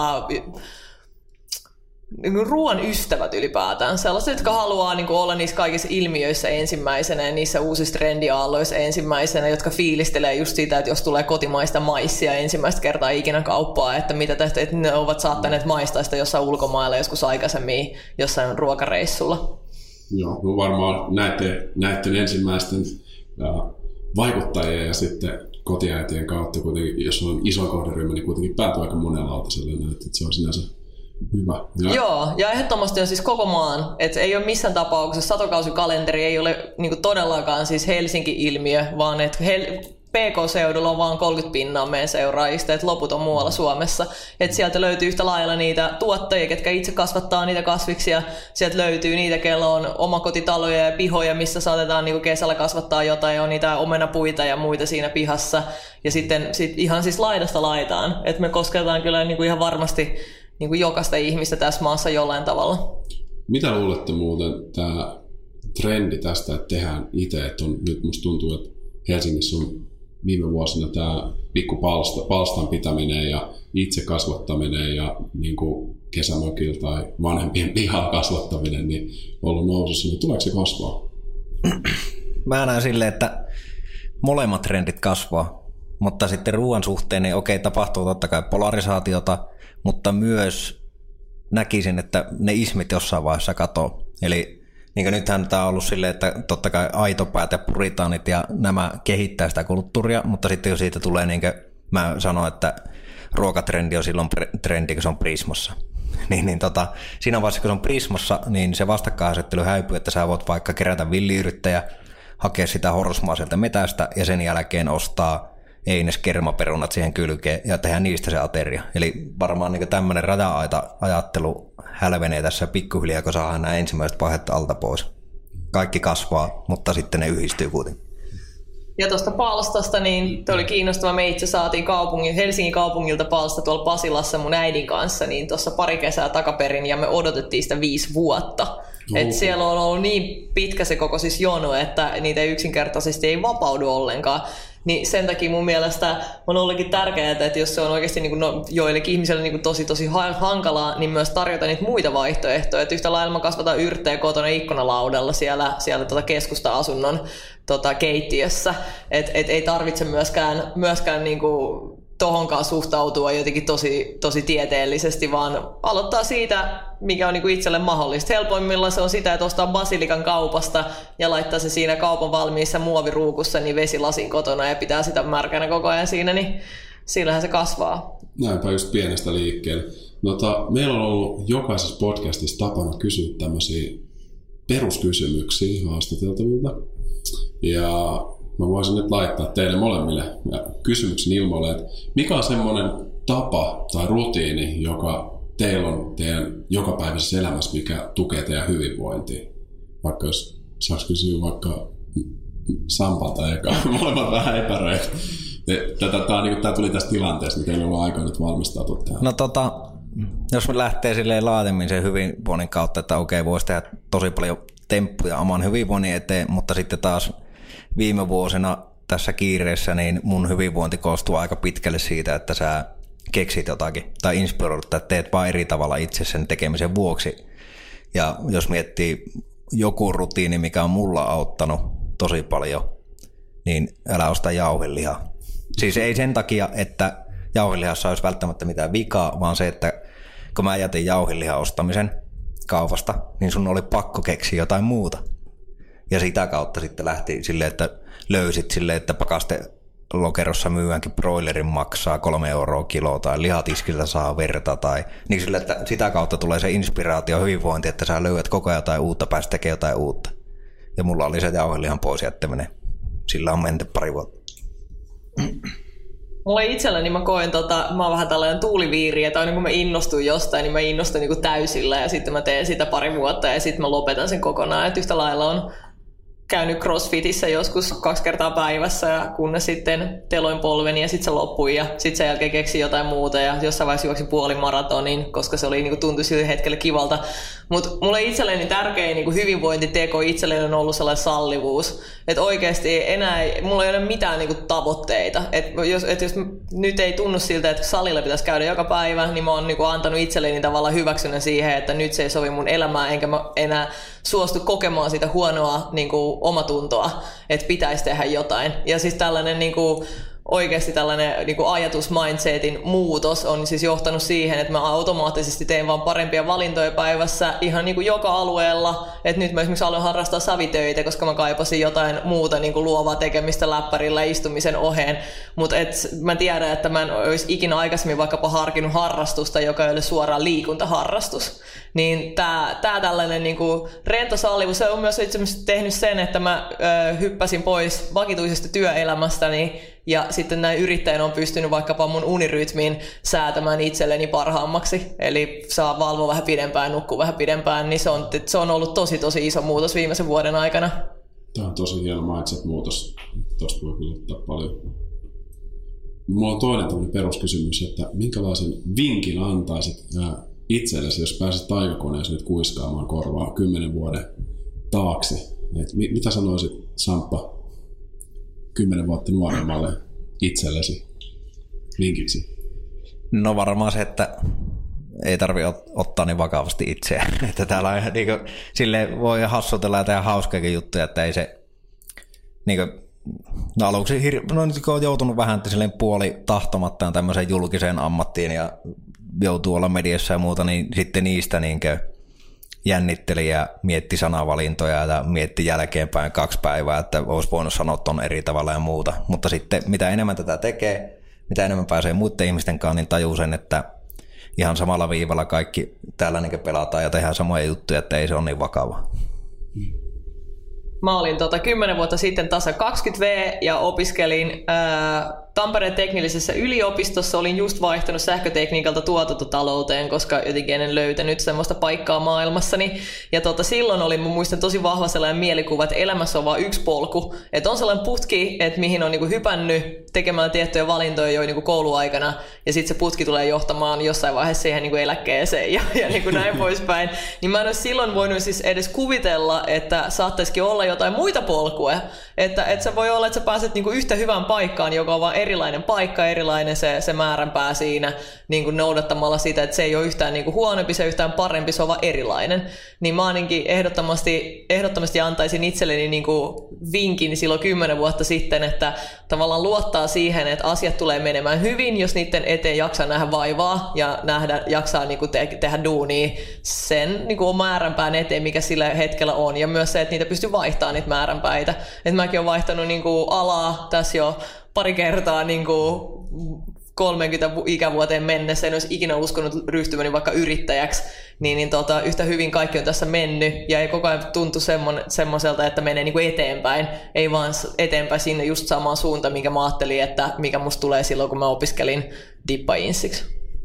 ruoan ystävät ylipäätään. Sellaiset, jotka haluaa niin kuin olla niissä kaikissa ilmiöissä ensimmäisenä ja niissä uusissa trendiaalloissa ensimmäisenä, jotka fiilistelee just siitä, että jos tulee kotimaista maissia ensimmäistä kertaa ikinä kauppaa, että mitä tästä, että ne ovat saattaneet maistaa sitä jossain ulkomailla joskus aikaisemmin jossain ruokareissulla. Joo, no varmaan näiden ensimmäisten vaikuttajien ja sitten kotiäitien kautta, kuitenkin, jos on iso kohderyhmä, niin kuitenkin päätyy aika monenlautaselle, että se on sinänsä hyvä. Joo, ja ehdottomasti on siis koko maan, että ei ole missään tapauksessa, satokausikalenteri ei ole niin kuin todellakaan siis Helsinki-ilmiö, vaan että PK-seudulla on vaan 30% meidän seuraajista, että loput on muualla Suomessa. Että sieltä löytyy yhtä lailla niitä tuottajia, ketkä itse kasvattaa niitä kasviksia. Sieltä löytyy niitä, kello on omakotitaloja ja pihoja, missä saatetaan niinku kesällä kasvattaa jotain, on niitä omenapuita ja muita siinä pihassa. Ja sitten ihan siis laidasta laitaan. Että me kosketaan kyllä niinku ihan varmasti niinku jokaista ihmistä tässä maassa jollain tavalla. Mitä luulette muuten tämä trendi tästä, että tehdään itse? Että nyt musta tuntuu, että Helsingissä on viime vuosina tämä pikkupalstan pitäminen ja itse kasvattaminen ja niin kuin kesämökillä tai vanhempien pihalla kasvattaminen niin ollut nousussa, niin tuleeko se kasvaa? Mä näen silleen, että molemmat trendit kasvaa, mutta sitten ruoan suhteen niin okei, tapahtuu totta kai polarisaatiota, mutta myös näkisin, että ne ismit jossain vaiheessa katoo. Eli niin nythän tämä on ollut silleen, että totta kai aitopäät ja puritaanit ja nämä kehittää sitä kulttuuria, mutta sitten jos siitä tulee, niin kuin mä sanon, että ruokatrendi on silloin trendi, kun se on Prismassa. Siinä vaiheessa, kun se on Prismassa, niin se vastakkainasettelu häipyy, että sä voit vaikka kerätä villiyrittäjä, hakea sitä horrosmaa sieltä metästä ja sen jälkeen ostaa eines kermaperunat siihen kylkeen ja tehdä niistä se ateria. Eli varmaan niin tämmöinen raja-ajattelu hälvenee tässä pikkuhiljaa, kun saadaan nämä ensimmäiset vaiheet alta pois. Kaikki kasvaa, mutta sitten ne yhdistyy kuitenkin. Ja tuosta palstasta, niin oli kiinnostava. Me itse saatiin Helsingin kaupungilta palsta tuolla Pasilassa mun äidin kanssa, niin tuossa pari kesää takaperin, ja me odotettiin sitä 5 vuotta. Et siellä on ollut niin pitkä se koko siis jono, että niitä yksinkertaisesti ei vapaudu ollenkaan. Niin sen takia mun mielestä on ollutkin tärkeää, että jos se on oikeasti niin kuin, joillekin ihmisille niin kuin tosi hankalaa, niin myös tarjota niitä muita vaihtoehtoja. Et yhtä lailla mä kasvatan yrttejä kotona ikkunalaudalla siellä keskusta-asunnon keittiössä. Et ei tarvitse myöskään niin kuin tohonkaan suhtautua jotenkin tosi tieteellisesti, vaan aloittaa siitä, mikä on niinku itselle mahdollista. Helpoimmillaan se on sitä, että ostaa basilikan kaupasta ja laittaa se siinä kaupan valmiissa muoviruukussa niin vesilasin kotona ja pitää sitä märkänä koko ajan siinä, niin sillähän se kasvaa. Näinpä just pienestä liikkeelle. Meillä on ollut jokaisessa podcastissa tapana kysyä tämmöisiä peruskysymyksiä haastateltavilta. Ja mä voisin nyt laittaa teille molemmille kysymyksen ilmoille, että mikä on semmoinen tapa tai rutiini, joka teillä on teidän jokapäiväisessä elämässä, mikä tukee teidän hyvinvointia? Vaikka jos saaks kysyä vaikka Sampalta eka, molemmat vähän epäröitä. Tämä tuli tästä tilanteesta, niin teillä on aika nyt valmistautua tähän. No jos me lähtee silleen laajemmin sen hyvinvoinnin kautta, että okei, voisi tehdä tosi paljon temppuja oman hyvinvoinnin eteen, mutta sitten taas viime vuosina tässä kiireessä niin mun hyvinvointi koostuu aika pitkälle siitä, että sä keksit jotakin tai inspiroidut tai teet vaan eri tavalla itse sen tekemisen vuoksi. Ja jos miettii joku rutiini, mikä on mulla auttanut tosi paljon, niin älä osta jauhelihaa. Siis ei sen takia, että jauhelihassa olisi välttämättä mitään vikaa, vaan se, että kun mä jätin jauhelihan ostamisen kaupasta, niin sun oli pakko keksiä jotain muuta. Ja sitä kautta sitten lähti silleen, että löysit silleen, että lokerossa myyänkin broilerin maksaa 3 euroa kilo tai lihatiskiltä saa verta tai niin sille, että sitä kautta tulee se inspiraatio, hyvinvointi, että sä löydät koko ajan jotain uutta, päästä tekemään jotain uutta. Ja mulla oli se jauhelihan pois jättäminen. Sillä on menty pari vuotta. Mulla itselläni mä koen, mä oon vähän tällainen tuuliviiri, että aina kun mä innostun jostain, niin mä innostun niin kuin täysillä ja sitten mä teen sitä pari vuotta ja sitten mä lopetan sen kokonaan. Et yhtä lailla on käynyt CrossFitissä joskus 2 kertaa päivässä ja kunnes sitten teloin polveni ja sitten se loppui ja sitten sen jälkeen keksin jotain muuta ja jossain vaiheessa juoksin puolimaratonin, koska se oli, niin kuin, tuntui sille hetkelle kivalta. Mutta mulle itselleni tärkein niin kuin hyvinvointiteko itselleni on ollut sellainen sallivuus, että oikeasti enää mulla ei ole mitään niin kuin tavoitteita. Että jos nyt ei tunnu siltä, että salilla pitäisi käydä joka päivä, niin mä oon niin kuin antanut itselleni tavallaan hyväksynnän siihen, että nyt se ei sovi mun elämään enkä mä enää suostu kokemaan sitä huonoa niin kuin omatuntoa, että pitäisi tehdä jotain. Ja siis tällainen niin kuin, oikeasti tällainen niin kuin ajatusmindsetin muutos on siis johtanut siihen, että mä automaattisesti teen vaan parempia valintoja päivässä ihan niin kuin joka alueella. Että nyt mä esimerkiksi aloin harrastaa savitöitä, koska mä kaipasin jotain muuta niin kuin luovaa tekemistä läppärillä istumisen oheen. Mutta mä tiedän, että mä en olisi ikinä aikaisemmin vaikkapa harkinnut harrastusta, joka ei ole suoraan liikuntaharrastus. Niin tää tällainen niinku rento sallivuus, se on myös itse asiassa tehnyt sen, että mä hyppäsin pois vakituisesta työelämästäni ja sitten näin yrittäjänä on pystynyt vaikkapa mun unirytmiin säätämään itselleni parhaammaksi. Eli saa valvoa vähän pidempään, nukkua vähän pidempään, niin se on ollut tosi iso muutos viimeisen vuoden aikana. Tämä on tosi hieno mindset-muutos. Tuosta voi kyllä ottaa paljon. Mulla on toinen tämmöinen peruskysymys, että minkälaisen vinkin antaisit itsellesi, jos pääset taikakoneessa nyt kuiskaamaan korvaa 10 vuoden taakse? Et mitä sanoisit, Samppa, 10 vuotta nuoremmalle itsellesi vinkiksi? No varmaan se, että ei tarvitse ottaa niin vakavasti itseään. Että täällä on, niin kuin, silleen voi hassutella ja tehdä hauskaakin juttuja, että ei se niin kuin, no aluksi on joutunut vähän silleen puoli tahtomattaan tämmöiseen julkiseen ammattiin ja joutuu olla mediassa ja muuta, niin sitten niistä niinkö jännitteli ja mietti sanavalintoja ja mietti jälkeenpäin 2 päivää, että olisi voinut sanoa ton eri tavalla ja muuta. Mutta sitten mitä enemmän tätä tekee, mitä enemmän pääsee muiden ihmisten kanssa, niin tajuu sen, että ihan samalla viivalla kaikki täällä niinkö pelataan ja tehdään samoja juttuja, että ei se ole niin vakavaa. Mä olin 10 vuotta sitten tasa 20V ja opiskelin Tampereen teknillisessä yliopistossa. Olin just vaihtanut sähkötekniikalta tuotantotalouteen, koska jotenkin en löytänyt semmoista paikkaa maailmassani. Ja silloin oli, mä muistan, tosi vahva sellainen mielikuva, että elämässä on vain yksi polku. Että on sellainen putki, että mihin on niinku hypännyt tekemään tiettyjä valintoja jo niinku kouluaikana. Ja sitten se putki tulee johtamaan jossain vaiheessa siihen niinku eläkkeeseen ja niinku näin poispäin. Niin mä en olisi silloin voinut siis edes kuvitella, että saattaisikin olla jotain muita polkuja. Että se voi olla, että sä pääset niinku yhtä hyvään paikkaan, joka on vaan erilainen paikka, erilainen se määränpää siinä niinku noudattamalla sitä, että se ei ole yhtään niinku huonompi, se yhtään parempi, se on vaan erilainen. Niin mä ainakin ehdottomasti antaisin itselleni niinku vinkin silloin 10 vuotta sitten, että tavallaan luottaa siihen, että asiat tulee menemään hyvin, jos niiden eteen jaksaa nähdä vaivaa ja jaksaa niinku tehdä duunia sen niinku määränpään eteen, mikä sillä hetkellä on. Ja myös se, että niitä pystyy vaihtamaan niitä määränpäitä. Et mäkin olen vaihtanut niinku alaa tässä jo pari kertaa niinku 30 ikävuoteen mennessä, en olisi ikinä uskonut ryhtymäni vaikka yrittäjäksi, niin yhtä hyvin kaikki on tässä mennyt ja ei koko ajan tuntu semmoiselta, että menee niinku eteenpäin, ei vaan eteenpäin sinne just samaan suuntaan, minkä mä ajattelin, että mikä musta tulee silloin, kun mä opiskelin dippainsiksi.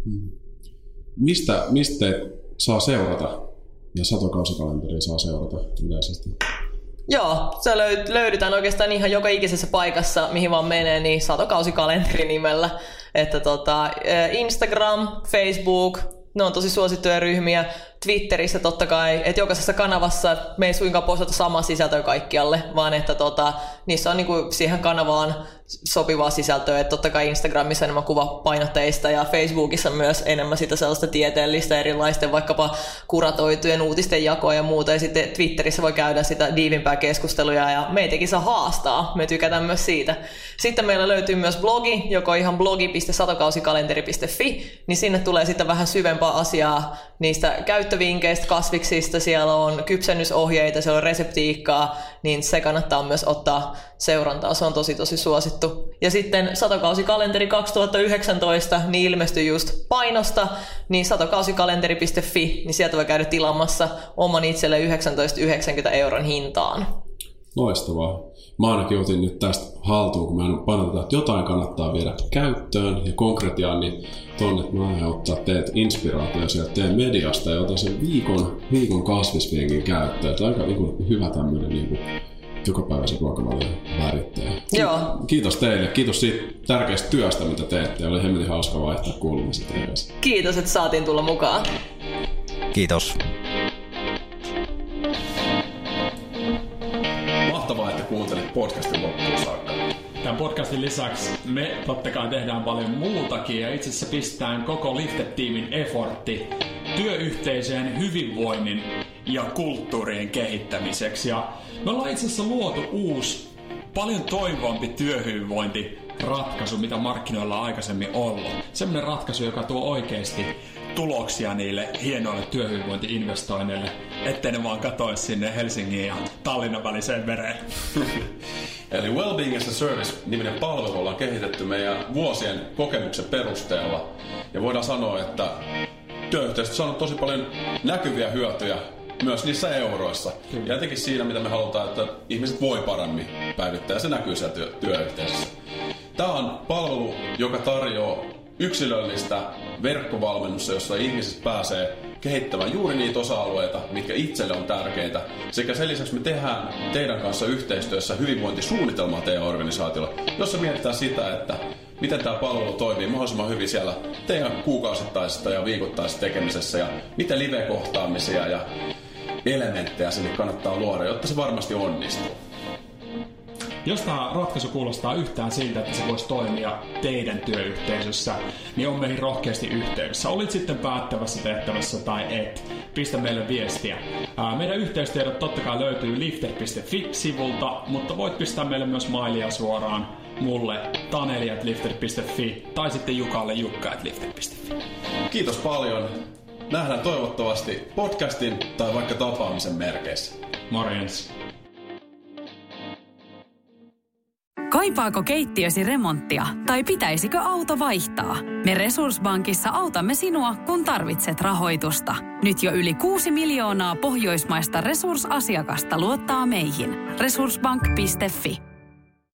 Mistä saa seurata ja Satokausikalenteria saa seurata yleisesti? Joo, se löydetään oikeastaan ihan joka ikisessä paikassa, mihin vaan menee, niin Satokausikalenteri nimellä. Että Instagram, Facebook, ne on tosi suosittuja ryhmiä. Twitterissä totta kai, että jokaisessa kanavassa me ei suinkaan postata samaa sisältöä kaikkialle, vaan että niissä on niinku siihen kanavaan sopivaa sisältöä. Että totta kai Instagramissa enemmän kuvapainotteista ja Facebookissa myös enemmän sitä sellaista tieteellistä erilaisten vaikkapa kuratoitujen uutisten jakoa ja muuta. Ja sitten Twitterissä voi käydä sitä diivimpää keskusteluja ja meitäkin saa haastaa. Me tykätään myös siitä. Sitten meillä löytyy myös blogi, joko ihan blogi.satokausikalenteri.fi, niin sinne tulee sitten vähän syvempää asiaa niistä käyttöliittyen käyttövinkkeistä, kasviksista, siellä on kypsennysohjeita, siellä on reseptiikkaa, niin se kannattaa myös ottaa seurantaa. Se on tosi suosittu. Ja sitten satokausikalenteri 2019, niin ilmestyi just painosta, niin satokausikalenteri.fi, niin sieltä voi käydä tilaamassa oman itselle 19,90 euron hintaan. Loistavaa. Mä ainakin otin nyt tästä haltuun, kun mä en painota, että jotain kannattaa viedä käyttöön ja konkretiaan, niin tonne, että mä aion ottaa teet inspiraatio sieltä teidän mediasta ja otan sen viikon kasvisvinkin käyttöön. Tämä on aika hyvä tämmöinen jokapäiväisen ruokavalion määrittäjä. Joo. Kiitos teille. Kiitos siitä tärkeästä työstä, mitä teette. Oli hemmetin hauska vaihtaa kuulumisia teidän kanssa. Kiitos, että saatiin tulla mukaan. Kiitos. Mahtavaa, että kuuntelit podcastin loppuun saakka. Tämän podcastin lisäksi me totta kai tehdään paljon muutakin ja itse asiassa pistetään koko Lifted-tiimin effortti työyhteisöjen hyvinvoinnin ja kulttuurien kehittämiseksi. Ja me ollaan itse asiassa luotu uusi, paljon toivompi työhyvinvointiratkaisu, mitä markkinoilla on aikaisemmin ollut. Sellainen ratkaisu, joka tuo oikeasti tuloksia niille hienoille työhyvinvointi-investoinneille, ettei ne vaan katoisi sinne Helsingin ja Tallinnan väliseen vereen. Eli Wellbeing as a Service-niminen palvelu ollaan kehitetty meidän vuosien kokemuksen perusteella. Ja voidaan sanoa, että työyhteisöstä on saanut tosi paljon näkyviä hyötyjä myös niissä euroissa. Ja etenkin siinä, mitä me halutaan, että ihmiset voi paremmin päivittää, ja se näkyy siellä työyhteisössä. Tämä on palvelu, joka tarjoaa yksilöllistä verkkovalmennusta, jossa ihmiset pääsee kehittämään juuri niitä osa-alueita, mitkä itselle on tärkeitä. Sekä sen lisäksi me tehdään teidän kanssa yhteistyössä hyvinvointisuunnitelmaa teidän organisaatiolla, jossa mietitään sitä, että miten tämä palvelu toimii mahdollisimman hyvin siellä teidän kuukausittaisessa ja viikoittaisessa tekemisessä ja miten live-kohtaamisia ja elementtejä sinne kannattaa luoda, jotta se varmasti onnistuu. Jos tämä ratkaisu kuulostaa yhtään siltä, että se voisi toimia teidän työyhteisössä, niin on meihin rohkeasti yhteydessä. Olit sitten päättävässä tehtävässä tai et, pistä meille viestiä. Meidän yhteystiedot totta kai löytyy lifter.fi-sivulta, mutta voit pistää meille myös mailia suoraan mulle taneli@lifter.fi tai sitten Jukalle jukka@lifter.fi. Kiitos paljon. Nähdään toivottavasti podcastin tai vaikka tapaamisen merkeissä. Morjens. Kaipaako keittiösi remonttia tai pitäisikö auto vaihtaa? Me Resurssbankissa autamme sinua, kun tarvitset rahoitusta. Nyt jo yli 6 miljoonaa pohjoismaista resursasiakasta luottaa meihin. Resurssbank.fi